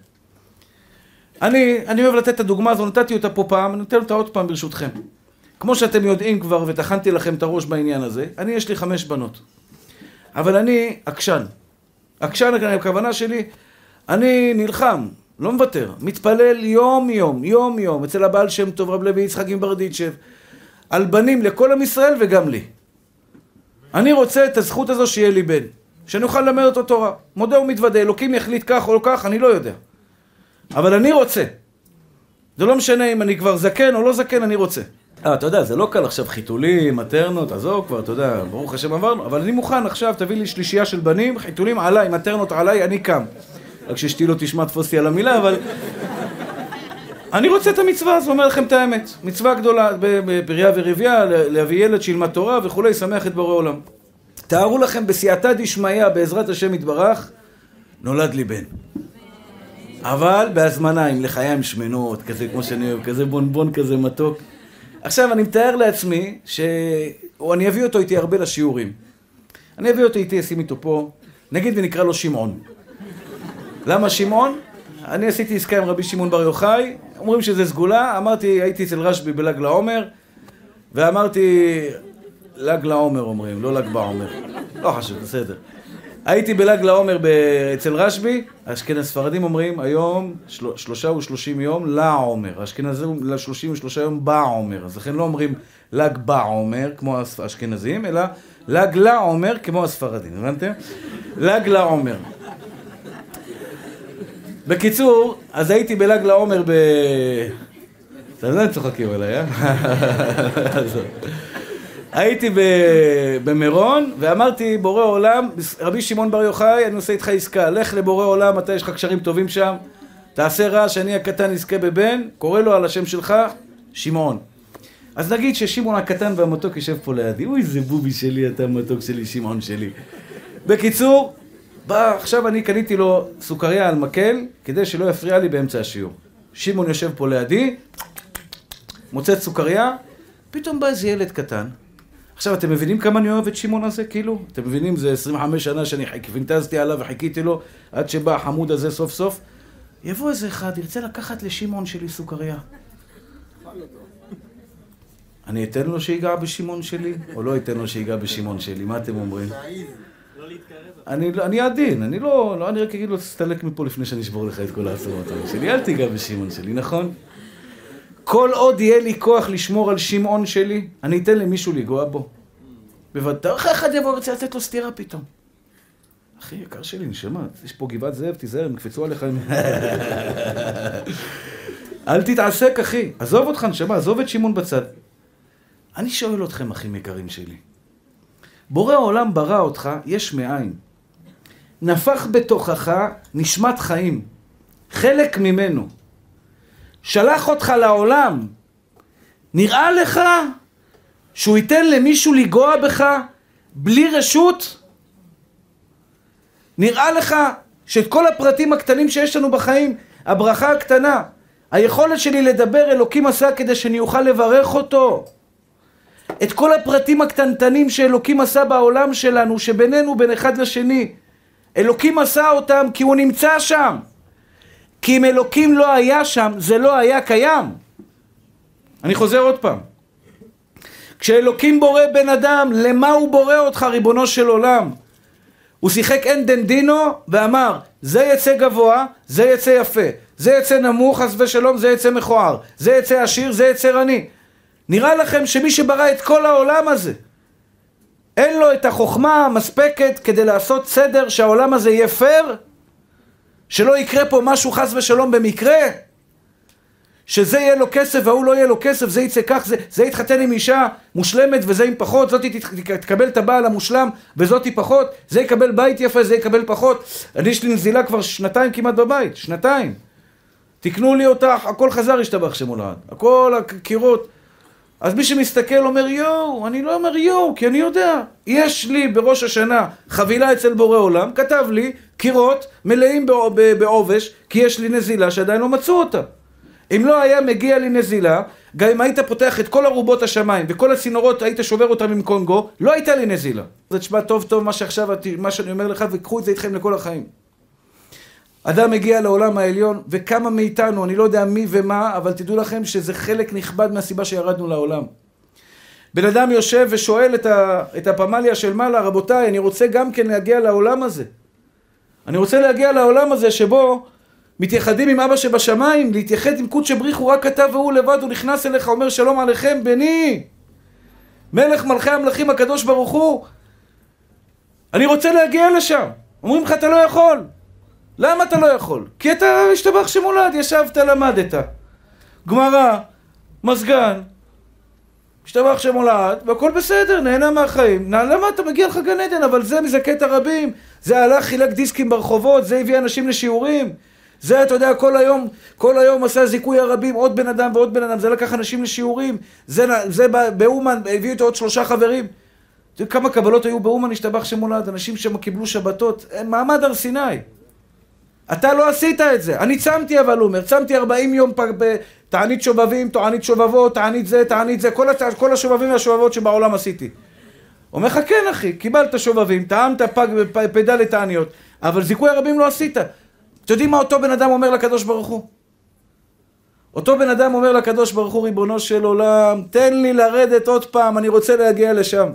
אני אוהב לתת את הדוגמה הזו, נתתי אותה פה פעם, אני נותן אותה עוד פעם ברשותכם. כמו שאתם יודעים כבר, ותכנתי לכם את הראש בעניין הזה, יש לי 5 בנות. אבל אני עקשן. עקשן, הכוונה שלי, אני נלחם, לא מוותר, מתפלל יום יום, יום יום, אצל הבעל שם טוב, רב לוי יצחק מברדיצ'ב, על בנים לכל עם ישראל וגם לי. אני רוצה את הזכות הזו שיהיה לי בן, שאני אוכל ללמד אותו תורה. מודה ומתוודה, אלוקים יחליט כך או לא כך, אני לא יודע. אבל אני רוצה. זה לא משנה אם אני כבר זקן או לא זקן, אני רוצה. אתה יודע, זה לא קל עכשיו חיתולים, מטרנות, עזוב כבר, אתה יודע, ברוך השם עברנו, אבל אני מוכן עכשיו, תביא לי שלישייה של בנים, חיתולים עליי, מטרנות עליי, אני קם. רק שאשתי לא תשמע תפוסי על המילה, אבל... אני רוצה את המצווה, אז אומר לכם את האמת. מצווה גדולה, בפריה ורבייה, להביא ילד שילמד תורה וכולי, שמח את בורא עולם. תארו לכם, בסייעתא דשמיא, בעזרת השם יתברך, נולד לי בן. אבל בהזמנה, עם לחיים שמנות, כזה כמו שאני אוהב, כזה בונבון, כזה מתוק. עכשיו, אני מתאר לעצמי אני אביא אותו איתי הרבה לשיעורים. אני אביא אותו איתי, אשים איתו פה, נגיד ונקרא לו שמעון. למה שמעון? אני עשיתי עסקה עם רבי שמעון בר יוחאי, אומרים שזה סגולה, הייתי אצל רשב"י בל"ג לעומר, ואמרתי, ל"ג לעומר אומרים, לא ל"ג בעומר. לא חשוב, בסדר. הייתי בל"ג לעומר אצל רשב"י, האשכנזים הספרדים אומרים, היום 33 יום לעומר, האשכנזים ל-33 יום בעומר, אז לכן לא אומרים ל"ג בעומר כמו האשכנזים, אלא ל"ג לעומר כמו הספרדים, הבנתם? ל"ג לעומר. בקיצור, אז הייתי בל"ג לעומר אתה יודע, צוחקים עליי, הייתי במירון, ואמרתי, בורא עולם, רבי שמעון בר יוחאי, אני עושה איתך עסקה, לך לבורא עולם, אתה יש לך קשרים טובים שם, תעשה רע שאני הקטן נזכה בבן, קורא לו על השם שלך, שמעון. אז נגיד ששמעון הקטן והמתוק יושב פה לידי. אוי, זה בובי שלי, אתה המתוק שלי, שמעון שלי. בקיצור, עכשיו אני קניתי לו סוכריה על מקל, כדי שלא יפריע לי באמצע השיעור. שמעון יושב פה לידי, מוצאת סוכריה, פתאום בא איזה ילד קטן. עכשיו, אתם מבינים כמה אני אוהב את שמעון הזה, כאילו? אתם מבינים, זה 25 שנה שאני פינטזתי עליו וחיכיתי לו, עד שבא החמוד הזה סוף סוף. יבוא איזה אחד, ירצה לקחת לשמעון שלי סוכריה. אני אתן לו שיגע בשמעון שלי, או לא אתן לו שיגע בשמעון שלי? מה אתם אומרים? אני עדין, אני רק אגיד לו, תסתלק מפה לפני שאני אשבור לך את כל העצמות שלי, אל תיגע בשמעון שלי, נכון? כל עוד יהיה לי כוח לשמור על שמעון שלי, אני אתן למישהו לגוע בו. בוודאי, אחד יבוא ורצה לתת לו סתירה פתאום. אחי, יקר שלי, נשמע, יש פה גבעת זאב, תיזהר, הם יקפצו עליך. אל תתעסק, אחי. עזוב אותך, נשמע, עזוב את שמעון בצד. אני שואל אתכם, אחים יקרים שלי. בורא העולם ברא אותך, יש מאין. נפח בתוכך נשמת חיים. חלק ממנו. שלח אותך לעולם. נראה לך שהוא ייתן למישהו לגוע בך בלי רשות? נראה לך שאת כל הפרטים הקטנים שיש לנו בחיים, הברכה הקטנה, היכולת שלי לדבר אלוקים עשה כדי שאני אוכל לברך אותו. את כל הפרטים הקטנטנים שאלוקים עשה בעולם שלנו, שבינינו בין אחד לשני, אלוקים עשה אותם כי הוא נמצא שם. כי אם אלוקים לא היה שם, זה לא היה קיים. אני חוזר עוד פעם. כשאלוקים בורא בן אדם, למה הוא בורא אותך, ריבונו של עולם? הוא שיחק אין דנדינו ואמר, זה יצא גבוה, זה יצא יפה, זה יצא נמוך, חס ושלום, זה יצא מכוער, זה יצא עשיר, זה יצא רני. נראה לכם שמי שברא את כל העולם הזה, אין לו את החוכמה המספקת כדי לעשות סדר שהעולם הזה יהיה פייר? שלא יקרה פה משהו חס ושלום במקרה? שזה יהיה לו כסף והוא לא יהיה לו כסף, זה יצא כך, זה יתחתן עם אישה מושלמת וזה עם פחות, זאת תקבל את הבעל המושלם וזאת פחות, זה יקבל בית יפה, זה יקבל פחות. אני יש לי נזילה כבר 2 כמעט בבית, 2. תקנו לי אותה, הכל חזר השתבח שמולד, הכל הקירות. אז מי שמסתכל אומר יו, אני לא אומר יו, כי אני יודע, יש לי בראש השנה חבילה אצל בורא עולם, כתב לי קירות מלאים בעובש, כי יש לי נזילה שעדיין לא מצאו אותה. אם לא היה מגיע לי נזילה, גם אם היית פותח את כל ארובות השמיים וכל הצינורות היית שובר אותם עם קונגו, לא הייתה לי נזילה. זה תשמע טוב טוב מה שאני אומר לך, וקחו את זה איתכם לכל החיים. אדם מגיע לעולם העליון, וכמה מאיתנו, אני לא יודע מי ומה, אבל תדעו לכם שזה חלק נכבד מהסיבה שירדנו לעולם. בן אדם יושב ושואל את הפמליה של מעלה, רבותיי, אני רוצה גם כן להגיע לעולם הזה. אני רוצה להגיע לעולם הזה שבו מתייחדים עם אבא שבשמיים, להתייחד עם קודש בריך, הוא רק כתב והוא לבד, הוא נכנס אליך, אומר שלום עליכם בני, מלך מלכי המלכים הקדוש ברוך הוא. אני רוצה להגיע לשם. אומרים לך אתה לא יכול. למה אתה לא יכול? כי אתה השתבח שמולד, ישבת, למדת. גמרא, מסגן, השתבח שמולד, והכל בסדר, נהנה מהחיים. למה אתה מגיע לך גן עדן? אבל זה קטע רבים. זה הלך חילק דיסקים ברחובות, זה הביא אנשים לשיעורים. זה, אתה יודע, כל היום עשה זיכוי הרבים, עוד בן אדם ועוד בן אדם. זה לקח אנשים לשיעורים. זה באומן, הביא אותו עוד 3 חברים. כמה קבלות היו באומן, השתבח שמולד, אנשים שם קיבלו שבתות. מעמד הר סיני. אתה לא עשית את זה. אני צמתי, אבל אומר, צמתי 40 יום תענית שובבים, תענית שובבות, תענית זה, כל השובבים והשובבות שבעולם עשיתי. אומר לך, כן אחי, קיבלת שובבים, טעמת פדה לתעניות, אבל זיכוי הרבים לא עשית. אתם יודעים מה אותו בן אדם אומר לקדוש ברוך הוא? אותו בן אדם אומר לקדוש ברוך הוא, ריבונו של עולם, תן לי לרדת עוד פעם, אני רוצה להגיע לשם.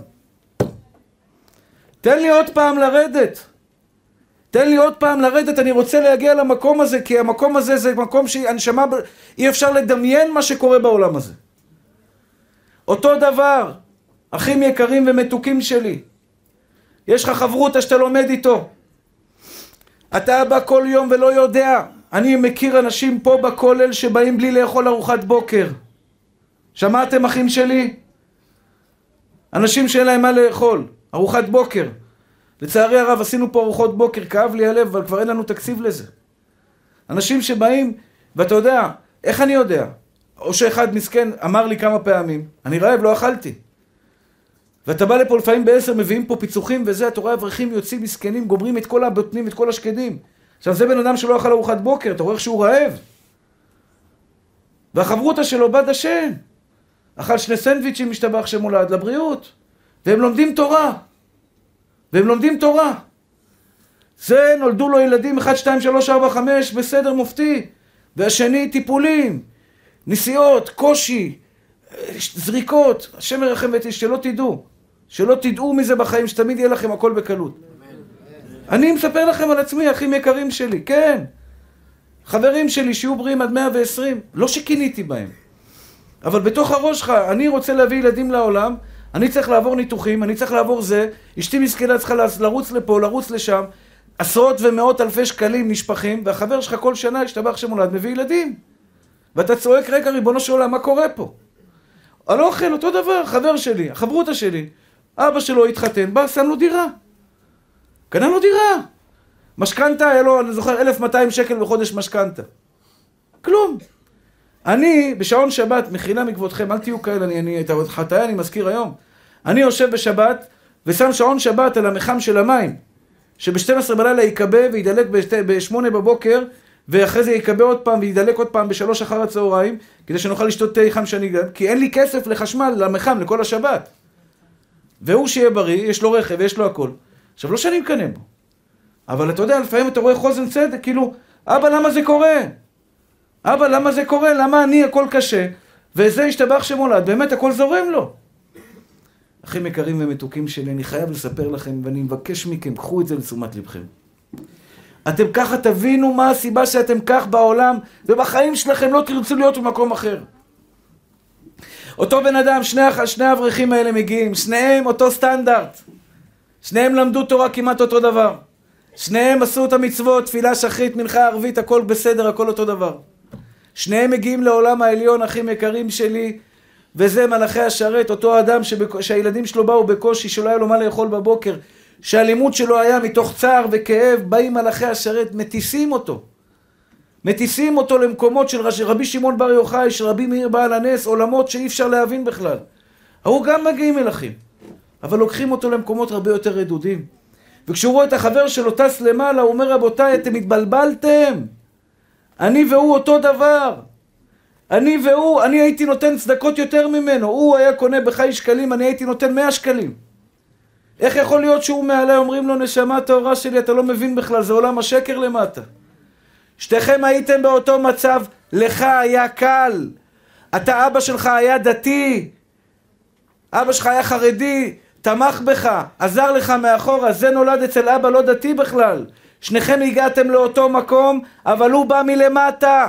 תן לי עוד פעם לרדת. תן לי עוד פעם לרדת, אני רוצה להגיע למקום הזה, כי המקום הזה זה מקום שהנשמה, אי אפשר לדמיין מה שקורה בעולם הזה. אותו דבר, אחים יקרים ומתוקים שלי, יש לך חברות שאתה לומד איתו. אתה בא כל יום ולא יודע. אני מכיר אנשים פה בכולל שבאים בלי לאכול ארוחת בוקר. שמעתם אחים שלי? אנשים שאין להם מה לאכול, ארוחת בוקר. לצערי הרב עשינו פה ארוחות בוקר, כאב לי הלב, אבל כבר אין לנו תקציב לזה. אנשים שבאים, ואתה יודע, איך אני יודע? או שאחד מסכן אמר לי כמה פעמים, אני רעב, לא אכלתי. ואתה בא לפה לפעמים ב10, מביאים פה פיצוחים וזה, אתה רואה אברכים יוצאים מסכנים, גומרים את כל הבוטנים, את כל השקדים. עכשיו זה בן אדם שלא אכל ארוחת בוקר, אתה רואה איך שהוא רעב. והחברותה שלו בא דשן. אכל 2 סנדוויצ'ים משתבח שמולד לבריאות. והם לומדים תורה. והם לומדים תורה. זה נולדו לו ילדים 1, 2, 3, 4, 5 בסדר מופתי. והשני טיפולים, נסיעות, קושי, זריקות. השם ירחם ואתי, שלא תדעו. שלא תדעו מזה בחיים, שתמיד יהיה לכם הכל בקלות. אני מספר לכם על עצמי, אחים יקרים שלי, כן. חברים שלי שיהיו בריאים עד 120, לא שכיניתי בהם. אבל בתוך הראש שלך, אני רוצה להביא ילדים לעולם, אני צריך לעבור ניתוחים, אני צריך לעבור זה, אשתי מסכנה צריכה לרוץ לפה, לרוץ לשם, עשרות ומאות אלפי שקלים נשפכים, והחבר שלך כל שנה השתבח שמולד מביא ילדים. ואתה צועק, רגע ריבונו של עולם, מה קורה פה? על אוכל, אותו דבר, חבר שלי, החברותה שלי, אבא שלו התחתן, בא, שם לו דירה. קנה לו דירה. משכנתה, היה לו, אני זוכר, 1,200 שקל בחודש משכנתה. כלום. אני, בשעון שבת, מחילה מכבודכם, אל תהיו כאלה, את החטאי אני מזכיר היום. אני יושב בשבת, ושם שעון שבת על המחם של המים, שב-12 בלילה יקבה וידלק ב-8 בבוקר, ואחרי זה יקבה עוד פעם וידלק עוד פעם ב-3 אחר הצהריים, כדי שנוכל לשתות תה חם שאני גדל, כי אין לי כסף לחשמל, למחם, לכל השבת. והוא שיהיה בריא, יש לו רכב, יש לו הכל. עכשיו, לא שאני מקנה בו. אבל אתה יודע, לפעמים אתה רואה חוזן צדק, כאילו, אבא, למה זה קורה? אבא, למה זה קורה? למה אני הכל קשה? וזה השתבח שמולד, באמת הכל זורם לו. אחים יקרים ומתוקים שלי, אני חייב לספר לכם, ואני מבקש מכם, קחו את זה לתשומת לבכם. אתם ככה תבינו מה הסיבה שאתם כך בעולם, ובחיים שלכם לא תרצו להיות במקום אחר. אותו בן אדם, שני האברכים האלה מגיעים, שניהם אותו סטנדרט. שניהם למדו תורה כמעט אותו דבר. שניהם עשו את המצוות, תפילה שחרית, מנחה ערבית, הכל בסדר, הכל אותו דבר. שניהם מגיעים לעולם העליון, אחים יקרים שלי, וזה מלאכי השרת, אותו אדם שהילדים שלו באו בקושי, שלא היה לו מה לאכול בבוקר, שהלימוד שלו היה מתוך צער וכאב, באים מלאכי השרת, מטיסים אותו. מטיסים אותו למקומות של רבי שמעון בר יוחאי, של רבי מאיר בעל הנס, עולמות שאי אפשר להבין בכלל. הוא גם מגיעים מלאכים, אבל לוקחים אותו למקומות הרבה יותר רדודים. וכשהוא רואה את החבר שלו טס למעלה, הוא אומר, רבותיי, אתם התבלבלתם. אני והוא אותו דבר. אני והוא, אני הייתי נותן צדקות יותר ממנו. הוא היה קונה בחי שקלים, אני הייתי נותן 100 שקלים. איך יכול להיות שהוא מעלי אומרים לו, נשמה טהורה שלי, אתה לא מבין בכלל, זה עולם השקר למטה. שתיכם הייתם באותו מצב, לך היה קל. אתה, אבא שלך היה דתי. אבא שלך היה חרדי, תמך בך, עזר לך מאחורה, זה נולד אצל אבא לא דתי בכלל. שניכם הגעתם לאותו מקום, אבל הוא בא מלמטה.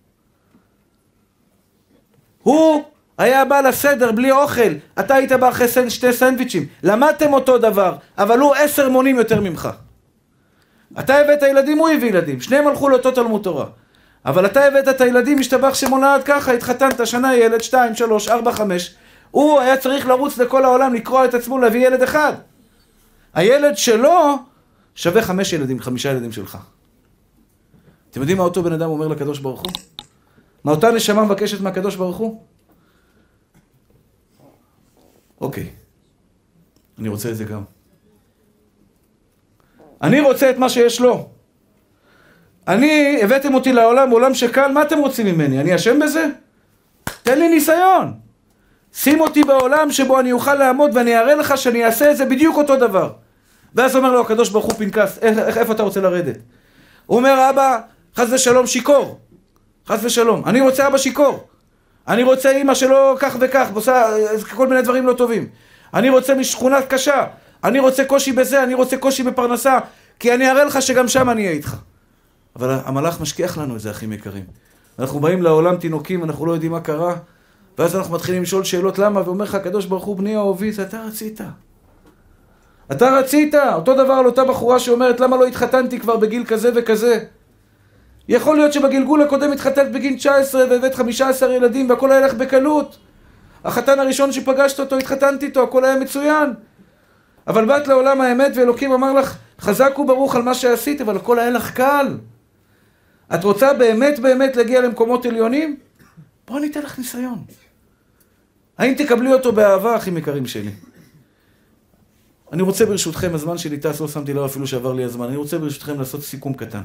הוא היה בא לסדר בלי אוכל, אתה היית בא אחרי 2 סנדוויצ'ים. למדתם אותו דבר, אבל הוא 10 מונים יותר ממך. אתה הבאת ילדים, הוא הביא ילדים. שניהם הלכו לאותו תלמוד תורה. אבל אתה הבאת את הילדים, משתבח שמולד ככה, התחתנת שנה ילד, 2, 3, 4, 5. הוא היה צריך לרוץ לכל העולם, לקרוא את עצמו, להביא ילד אחד. הילד שלו שווה 5 ילדים, 5 ילדים שלך. אתם יודעים מה אותו בן אדם אומר לקדוש ברוך הוא? מה אותה נשמה מבקשת מהקדוש ברוך הוא? אוקיי, אני רוצה את זה גם. אני רוצה את מה שיש לו. אני, הבאתם אותי לעולם, עולם שקל, מה אתם רוצים ממני? אני אשם בזה? תן לי ניסיון. שים אותי בעולם שבו אני אוכל לעמוד ואני אראה לך שאני אעשה את זה בדיוק אותו דבר. ואז אומר לו הקדוש ברוך הוא פנקס, איפה אתה רוצה לרדת? הוא אומר, אבא, חס ושלום שיקור. חס ושלום. אני רוצה אבא שיקור. אני רוצה אמא שלו כך וכך, עושה כל מיני דברים לא טובים. אני רוצה משכונה קשה. אני רוצה קושי בזה, אני רוצה קושי בפרנסה, כי אני אראה לך שגם שם אני אהיה איתך. אבל המלאך משכיח לנו את זה, אחים יקרים. אנחנו באים לעולם תינוקים, אנחנו לא יודעים מה קרה, ואז אנחנו מתחילים לשאול שאלות למה, ואומר לך, הקדוש ברוך הוא, בני אהובי, אתה רצית. אתה רצית. אותו דבר על אותה בחורה שאומרת, למה לא התחתנתי כבר בגיל כזה וכזה? יכול להיות שבגלגול הקודם התחתנת בגיל 19 והבאת 15 ילדים, והכל היה לך בקלות. החתן הראשון שפגשת אותו, התחתנתי איתו, הכל היה מצוין. אבל באת לעולם האמת ואלוקים אמר לך, חזק וברוך על מה שעשית, אבל הכל היה לך קל. את רוצה באמת באמת להגיע למקומות עליונים? בואו אני אתן לך ניסיון. האם תקבלי אותו באהבה, אחים יקרים שלי? אני רוצה ברשותכם, הזמן שלי טס, לא שמתי לב אפילו שעבר לי הזמן, אני רוצה ברשותכם לעשות סיכום קטן.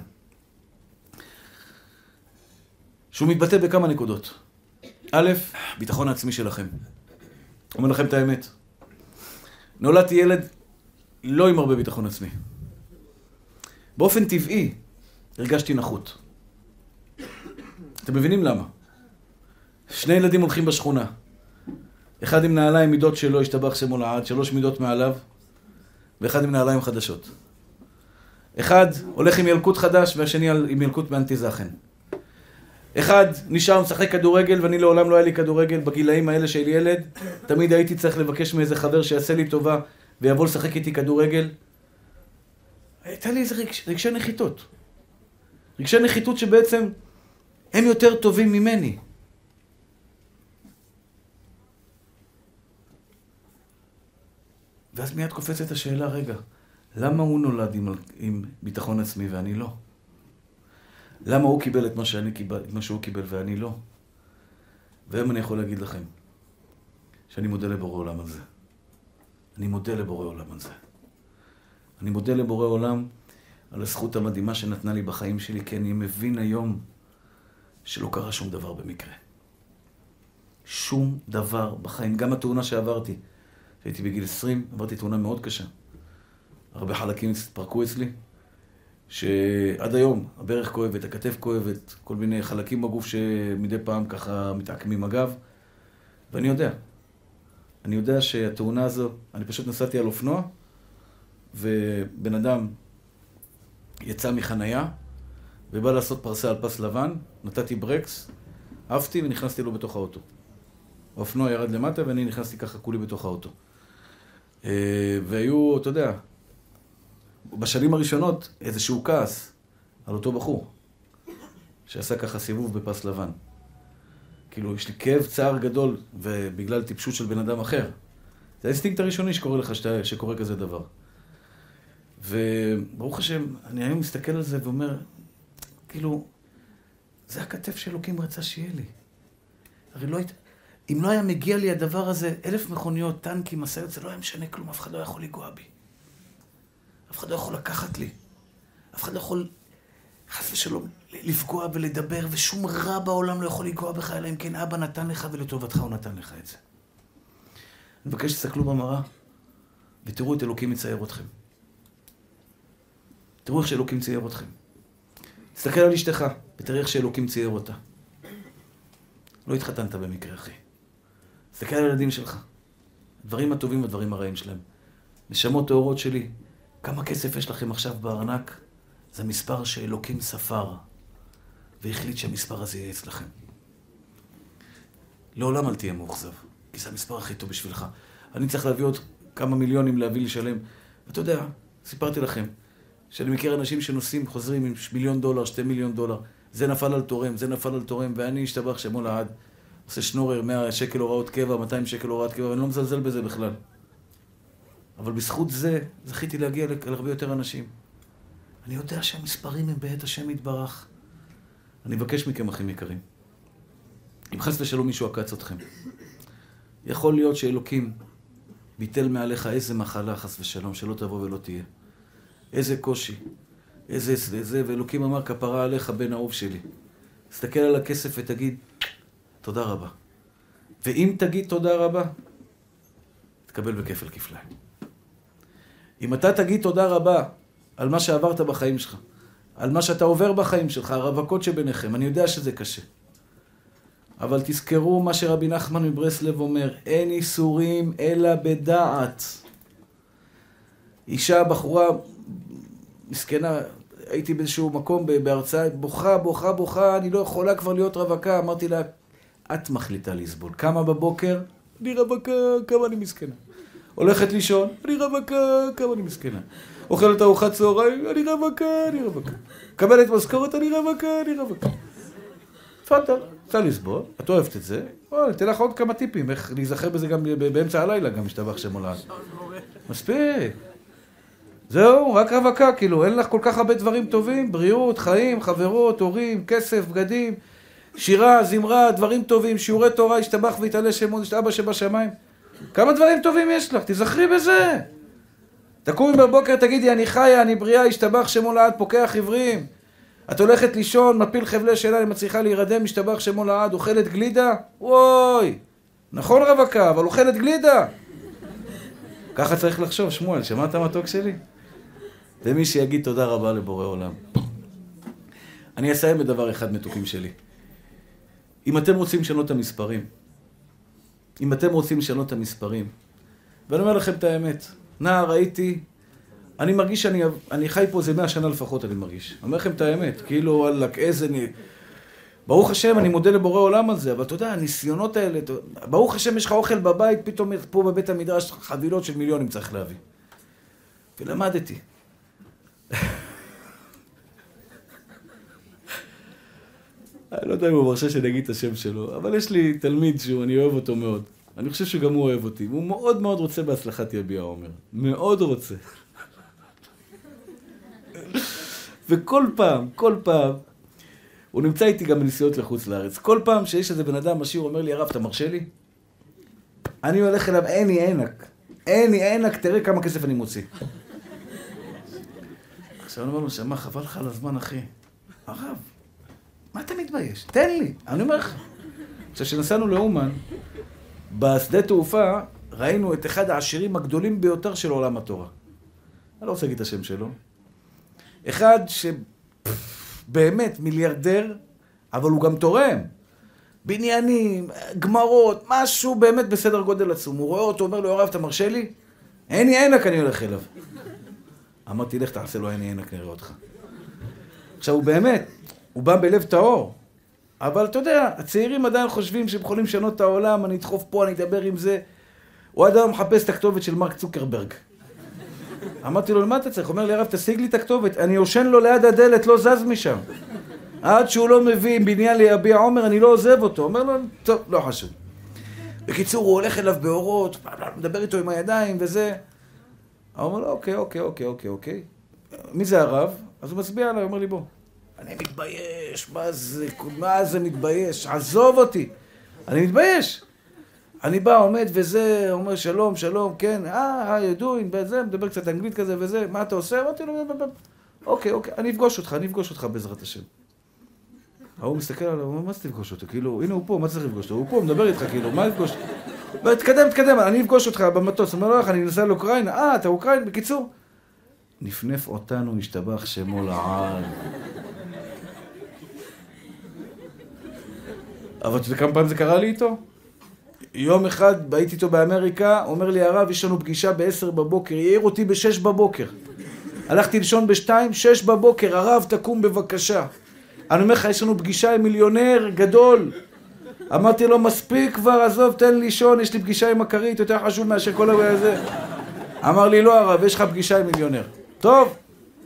שהוא מתבטא בכמה נקודות. א', ביטחון העצמי שלכם. אומר לכם את האמת. נולדתי ילד לא עם הרבה ביטחון עצמי. באופן טבעי הרגשתי נחות. אתם מבינים למה? שני ילדים הולכים בשכונה. אחד עם נעליים מידות שלו, השתבח שמו לעד, 3 מידות מעליו, ואחד עם נעליים חדשות. אחד הולך עם ילקוט חדש, והשני עם ילקוט מאנטי זכן. אחד נשאר משחק כדורגל, ואני לעולם לא היה לי כדורגל בגילאים האלה של ילד. תמיד הייתי צריך לבקש מאיזה חבר שיעשה לי טובה, ויבוא לשחק איתי כדורגל. הייתה לי איזה רגשי נחיתות. רגשי נחיתות שבעצם הם יותר טובים ממני. ואז מיד קופצת השאלה, רגע, למה הוא נולד עם ביטחון עצמי ואני לא? למה הוא קיבל את מה שהוא קיבל ואני לא? והיום אני יכול להגיד לכם שאני מודה לבורא עולם על זה. אני מודה לבורא עולם על זה. אני מודה לבורא עולם על הזכות המדהימה שנתנה לי בחיים שלי, כי אני מבין היום שלא קרה שום דבר במקרה. שום דבר בחיים. גם התאונה שעברתי, שהייתי בגיל 20, עברתי תאונה מאוד קשה. הרבה חלקים התפרקו אצלי, שעד היום הברך כואבת, הכתף כואבת, כל מיני חלקים בגוף שמדי פעם ככה מתעקמים אגב. ואני יודע שהתאונה הזו, אני פשוט נסעתי על אופנוע, ובן אדם יצא מחנייה, ובא לעשות פרסה על פס לבן, נתתי ברקס, עפתי ונכנסתי לו בתוך האוטו. האופנוע ירד למטה ואני נכנסתי ככה כולי בתוך האוטו. והיו, אתה יודע, בשנים הראשונות איזשהו כעס על אותו בחור, שעשה ככה סיבוב בפס לבן. כאילו, יש לי כאב צער גדול, ובגלל טיפשות של בן אדם אחר. זה האינסטינקט הראשוני שקורה לך, שקורה כזה דבר. וברוך השם, אני היום מסתכל על זה ואומר, כאילו, זה הכתף שאלוקים רצה שיהיה לי. הרי אם לא היה מגיע לי הדבר הזה, 1000 מכוניות, טנקים, משאיות, זה לא היה משנה כלום, אף אחד לא יכול לגוע בי. אף אחד לא יכול לקחת לי. אף אחד לא יכול, חס ושלום, לפגוע ולדבר, ושום רע בעולם לא יכול לגוע בך, אלא אם כן אבא נתן לך ולטובתך הוא נתן לך את זה. אני מבקש שתסתכלו במראה, ותראו את אלוקים מצייר אתכם. תראו איך שאלוקים צייר אתכם. תסתכל על אשתך, ותראה איך שאלוקים צייר אותה. לא התחתנת במקרה, אחי. תסתכל על הילדים שלך. הדברים הטובים והדברים הרעים שלהם. נשמות טהורות שלי, כמה כסף יש לכם עכשיו בארנק? זה מספר שאלוקים ספר, והחליט שהמספר הזה יהיה אצלכם. לעולם אל תהיה מאוכזב, כי זה המספר הכי טוב בשבילך. אני צריך להביא עוד כמה מיליונים להביא לשלם. ואתה יודע, סיפרתי לכם, שאני מכיר אנשים שנוסעים, חוזרים עם $1 מיליון, $2 מיליון. זה נפל על תורם, זה נפל על תורם, ואני אשתבח שמו לעד. עושה שנורר, 100 שקל הוראות קבע, 200 שקל הוראת קבע, ואני לא מזלזל בזה בכלל. אבל בזכות זה, זכיתי להגיע להרבה יותר אנשים. אני יודע שהמספרים הם בעת השם יתברך. אני מבקש מכם, אחים יקרים. אם חס ושלום מישהו עקץ אתכם. יכול להיות שאלוקים ביטל מעליך איזה מחלה, חס ושלום, שלא תבוא ולא תהיה. איזה קושי, איזה, ואלוקים אמר, כפרה עליך, בן אהוב שלי. תסתכל על הכסף ותגיד, תודה רבה. ואם תגיד תודה רבה, תקבל בכפל כפליים. אם אתה תגיד תודה רבה על מה שעברת בחיים שלך, על מה שאתה עובר בחיים שלך, הרווקות שביניכם, אני יודע שזה קשה. אבל תזכרו מה שרבי נחמן מברסלב אומר, אין איסורים אלא בדעת. אישה, בחורה, מסכנה, הייתי באיזשהו מקום בהרצאה, בוכה, אני לא יכולה כבר להיות רווקה. אמרתי לה, את מחליטה לסבול. קמה בבוקר, אני רווקה, כמה אני מסכנה. הולכת לישון, אני רווקה, כמה אני מסכנה. אוכלת ארוחת צהריים, אני רווקה. קבלת משכורת, אני רווקה. תפתר, רוצה לסבול, את אוהבת את זה. אתן לך עוד כמה טיפים, איך להיזכר בזה גם באמצע הלילה, גם משתבח שמולד. מספיק. זהו, רק רווקה, כאילו, אין לך כל כך הרבה דברים טובים, בריאות, חיים, חברות, הורים, כסף, בגדים. שירה, זמרה, דברים טובים, שיעורי תורה, ישתבח ויתעלה שמו, אבא שבשמיים. כמה דברים טובים יש לך, תזכרי בזה. תקומי בבוקר, תגידי, אני חיה, אני בריאה, ישתבח שמו לעד, פוקח עברים. את הולכת לישון, מפיל חבלי שאלה, אני מצליחה להירדם, ישתבח שמו לעד, אוכלת גלידה? וואי, נכון רווקה, אבל אוכלת גלידה. ככה צריך לחשוב, שמואל, שמעת המתוק שלי? זה מי שיגיד תודה רבה לבורא עולם. אני אסיים בדבר אחד מתוקים שלי. אם אתם רוצים לשנות את המספרים, ואני אומר לכם את האמת, נער הייתי, אני מרגיש שאני חי פה איזה 100 שנה לפחות, אני מרגיש. אני אומר לכם את האמת, כאילו, וואלק, איזה ברוך השם, אני מודה לבורא עולם על זה, אבל אתה יודע, הניסיונות האלה, ברוך השם, יש לך אוכל בבית, פתאום פה בבית המדרש, חבילות של מיליונים צריך להביא. ולמדתי. אני לא יודע אם הוא מרשה שאני אגיד את השם שלו, אבל יש לי תלמיד אני אוהב אותו מאוד. אני חושב שגם הוא אוהב אותי. הוא מאוד מאוד רוצה בהצלחת יביע עומר. מאוד רוצה. וכל פעם, הוא נמצא איתי גם בנסיעות לחוץ לארץ. כל פעם שיש איזה בן אדם משאיר, אומר לי, הרב, אתה מרשה לי? אני הולך אליו, אין לי ענק, תראה כמה כסף אני מוציא. עכשיו אני אומר לו, שמה, חבל לך על הזמן, אחי. הרב, מה אתה מתבייש? תן לי, אני אומר לך. עכשיו, כשנסענו לאומן, בשדה תעופה, ראינו את אחד העשירים הגדולים ביותר של עולם התורה. אני לא רוצה להגיד את השם שלו. אחד שבאמת מיליארדר, אבל הוא גם תורם. בניינים, גמרות, משהו באמת בסדר גודל עצום. הוא רואה אותו, אומר לו, הרב, אתה מרשה לי? אין לי ענק, אני הולך אליו. אמרתי, לך תעשה לו, אין לי ענק, נראה אותך. עכשיו, הוא באמת, הוא בא בלב טהור. אבל אתה יודע, הצעירים עדיין חושבים שהם יכולים לשנות את העולם, אני אדחוף פה, אני אדבר עם זה. הוא עדיין מחפש את הכתובת של מרק צוקרברג. אמרתי לו, למה אתה צריך? הוא אומר לי, הרב, תשיג לי את הכתובת. אני יושן לו ליד הדלת, לא זז משם. עד שהוא לא מביא בניין ליביע עומר, אני לא עוזב אותו. אומר לו, טוב, לא חשוב. בקיצור, הוא הולך אליו באורות, מדבר איתו עם הידיים וזה. הוא אומר לו, אוקיי. מי זה הרב? אז הוא מצביע עליי, הוא אומר לי, בוא. אני מתבייש, מה זה מתבייש? עזוב אותי. אני מתבייש. אני בא, עומד וזה, אומר שלום, כן, how you doing, וזה, מדבר קצת אנגלית כזה וזה, מה אתה עושה? אמרתי לו, אוקיי, אני אפגוש אותך בעזרת השם. הוא מסתכל עליו, הוא אומר, מה זה תפגוש אותו? כאילו, הנה הוא פה, מה צריך לפגוש אותו? הוא פה, מדבר איתך, כאילו, מה לפגוש? תקדם, אני אפגוש אותך במטוס. אומר לו, איך, אני נוסע לאוקראינה? אתה אוקראינה? בקיצור, נפנף אותנו, השתבח שמו לעד. אבל אתה יודע כמה פעם זה קרה לי איתו? יום אחד הייתי איתו באמריקה, אומר לי הרב, יש לנו פגישה ב-10 בבוקר, העיר אותי ב-6 בבוקר. הלכתי לישון ב-2, 6 בבוקר, הרב תקום בבקשה. אני אומר לך, יש לנו פגישה עם מיליונר גדול. אמרתי לו, מספיק כבר, עזוב, תן לישון, יש לי פגישה עם הכרית, יותר חשוב מאשר כל הזה. אמר לי, לא הרב, יש לך פגישה עם מיליונר. טוב.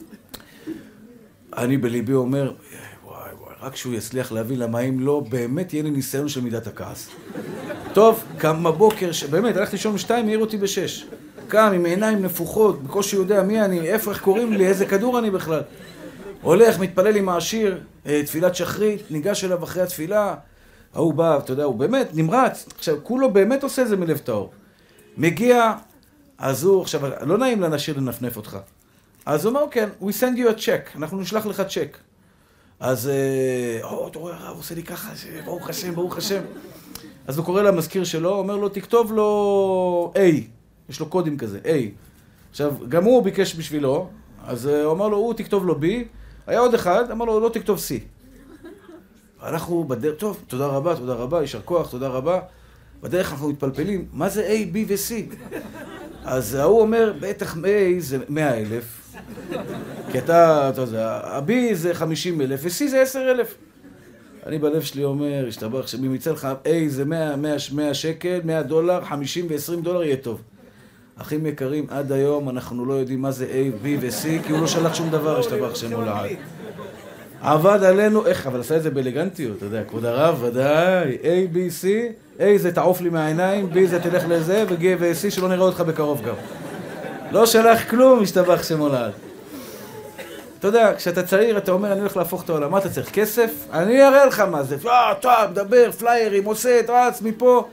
אני בליבי אומר, רק שהוא יצליח להבין למה אם לא, באמת יהיה לי ניסיון של מידת הכעס. טוב, קם בבוקר, באמת, הלכתי לישון ב-2, העיר אותי ב-6. קם עם עיניים נפוחות, בקושי יודע מי אני, איך קוראים לי, איזה כדור אני בכלל. הולך, מתפלל עם העשיר, תפילת שחרית, ניגש אליו אחרי התפילה, הוא בא, אתה יודע, הוא באמת נמרץ. עכשיו, כולו באמת עושה זה מלב טהור. מגיע, אז הוא, עכשיו, לא נעים לאנשים לנפנף אותך. אז הוא אומר, כן, we send you a check, אנחנו נשלח לך צ'ק. אז, אתה רואה, הרב עושה לי ככה, ברוך השם. אז הוא קורא למזכיר שלו, אומר לו, תכתוב לו A, יש לו קודים כזה, A. עכשיו, גם הוא ביקש בשבילו, אז הוא אמר לו, הוא תכתוב לו B, היה עוד אחד, אמר לו, לא תכתוב C. אנחנו בדרך, טוב, תודה רבה, יישר כוח, תודה רבה. בדרך אנחנו מתפלפלים, מה זה A, B ו-C? אז הוא אומר, בטח A זה 100,000, כי אתה יודע, ה-B זה 50,000 ו-C זה 10,000. אני בלב שלי אומר, השתבח, שמי יצא לך, A זה 100 שקל, $100, 50 ו-20 דולר יהיה טוב. אחים יקרים, עד היום אנחנו לא יודעים מה זה A, B ו-C, כי הוא לא שלח שום דבר, השתבח שמו לעד. עבד עלינו, איך, אבל עשה את זה באלגנטיות, אתה יודע, כבוד הרב, ודאי, A, B, C, A זה תעוף לי מהעיניים, B זה תלך לזה, ו-C שלא נראה אותך בקרוב גם. לא שלח כלום, השתבח שמו לעד. אתה יודע, כשאתה צעיר, אתה אומר, אני הולך להפוך את העולם. מה אתה צריך? כסף? אני אראה לך מה זה. טוב, מדבר, פליירים, עושה, רץ מפה.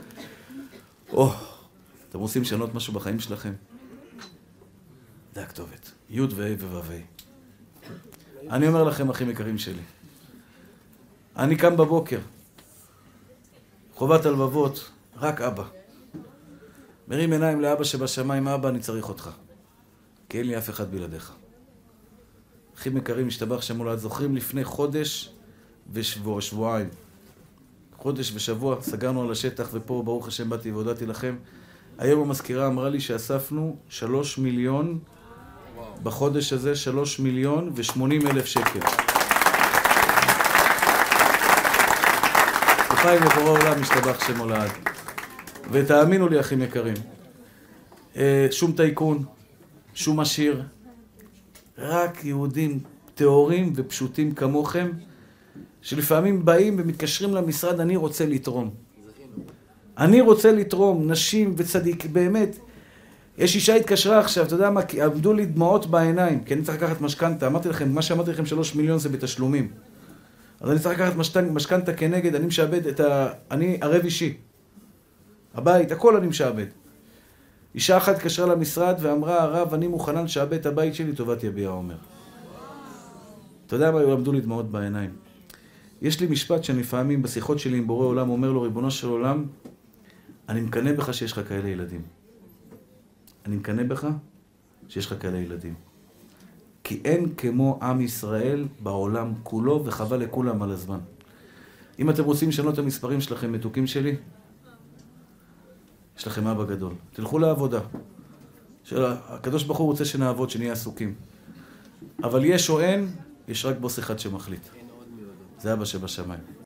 אתם רוצים לשנות משהו בחיים שלכם? זה הכתובת. י' וה' וו'. אני אומר לכם, אחים יקרים שלי, אני קם בבוקר, חובת הלבבות, רק אבא. מרים עיניים לאבא שבשמיים, אבא, אני צריך אותך. כי אין לי אף אחד בלעדיך. אחים יקרים, משתבח שם הולד, זוכרים לפני חודש ושבועיים. חודש ושבוע, סגרנו על השטח, ופה ברוך השם באתי והודעתי לכם. היום המזכירה אמרה לי שאספנו 3 מיליון, בחודש הזה 3,080,000 שקל. תפיים לבורא עולם, משתבח שם הולד. ותאמינו לי, אחים יקרים, שום טייקון, שום עשיר, רק יהודים טהורים ופשוטים כמוכם, שלפעמים באים ומתקשרים למשרד, אני רוצה לתרום. אני רוצה לתרום, נשים וצדיק, באמת. יש אישה התקשרה עכשיו, אתה יודע מה, עמדו לי דמעות בעיניים, כי אני צריך לקחת משכנתה. אמרתי לכם, מה שאמרתי לכם 3 מיליון זה בתשלומים. אז אני צריך לקחת משכנתה כנגד, אני משעבד אני ערב אישי. הבית, הכל אני משעבד. אישה אחת התקשרה למשרד ואמרה, הרב, אני מוכנה לשעבד את הבית שלי, טובת יביע עומר. אתה יודע מה, עמדו לי דמעות בעיניים. יש לי משפט שאני לפעמים בשיחות שלי עם בורא עולם, אומר לו, ריבונו של עולם, אני מקנא בך שיש לך כאלה ילדים. אני מקנא בך שיש לך כאלה ילדים. כי אין כמו עם ישראל בעולם כולו, וחבל לכולם על הזמן. אם אתם רוצים לשנות את המספרים שלכם, מתוקים שלי, יש לכם אבא גדול. תלכו לעבודה. הקדוש ברוך הוא רוצה שנעבוד, שנהיה עסוקים. אבל יש או אין, יש רק בוס אחד שמחליט. זה אבא שבשמיים.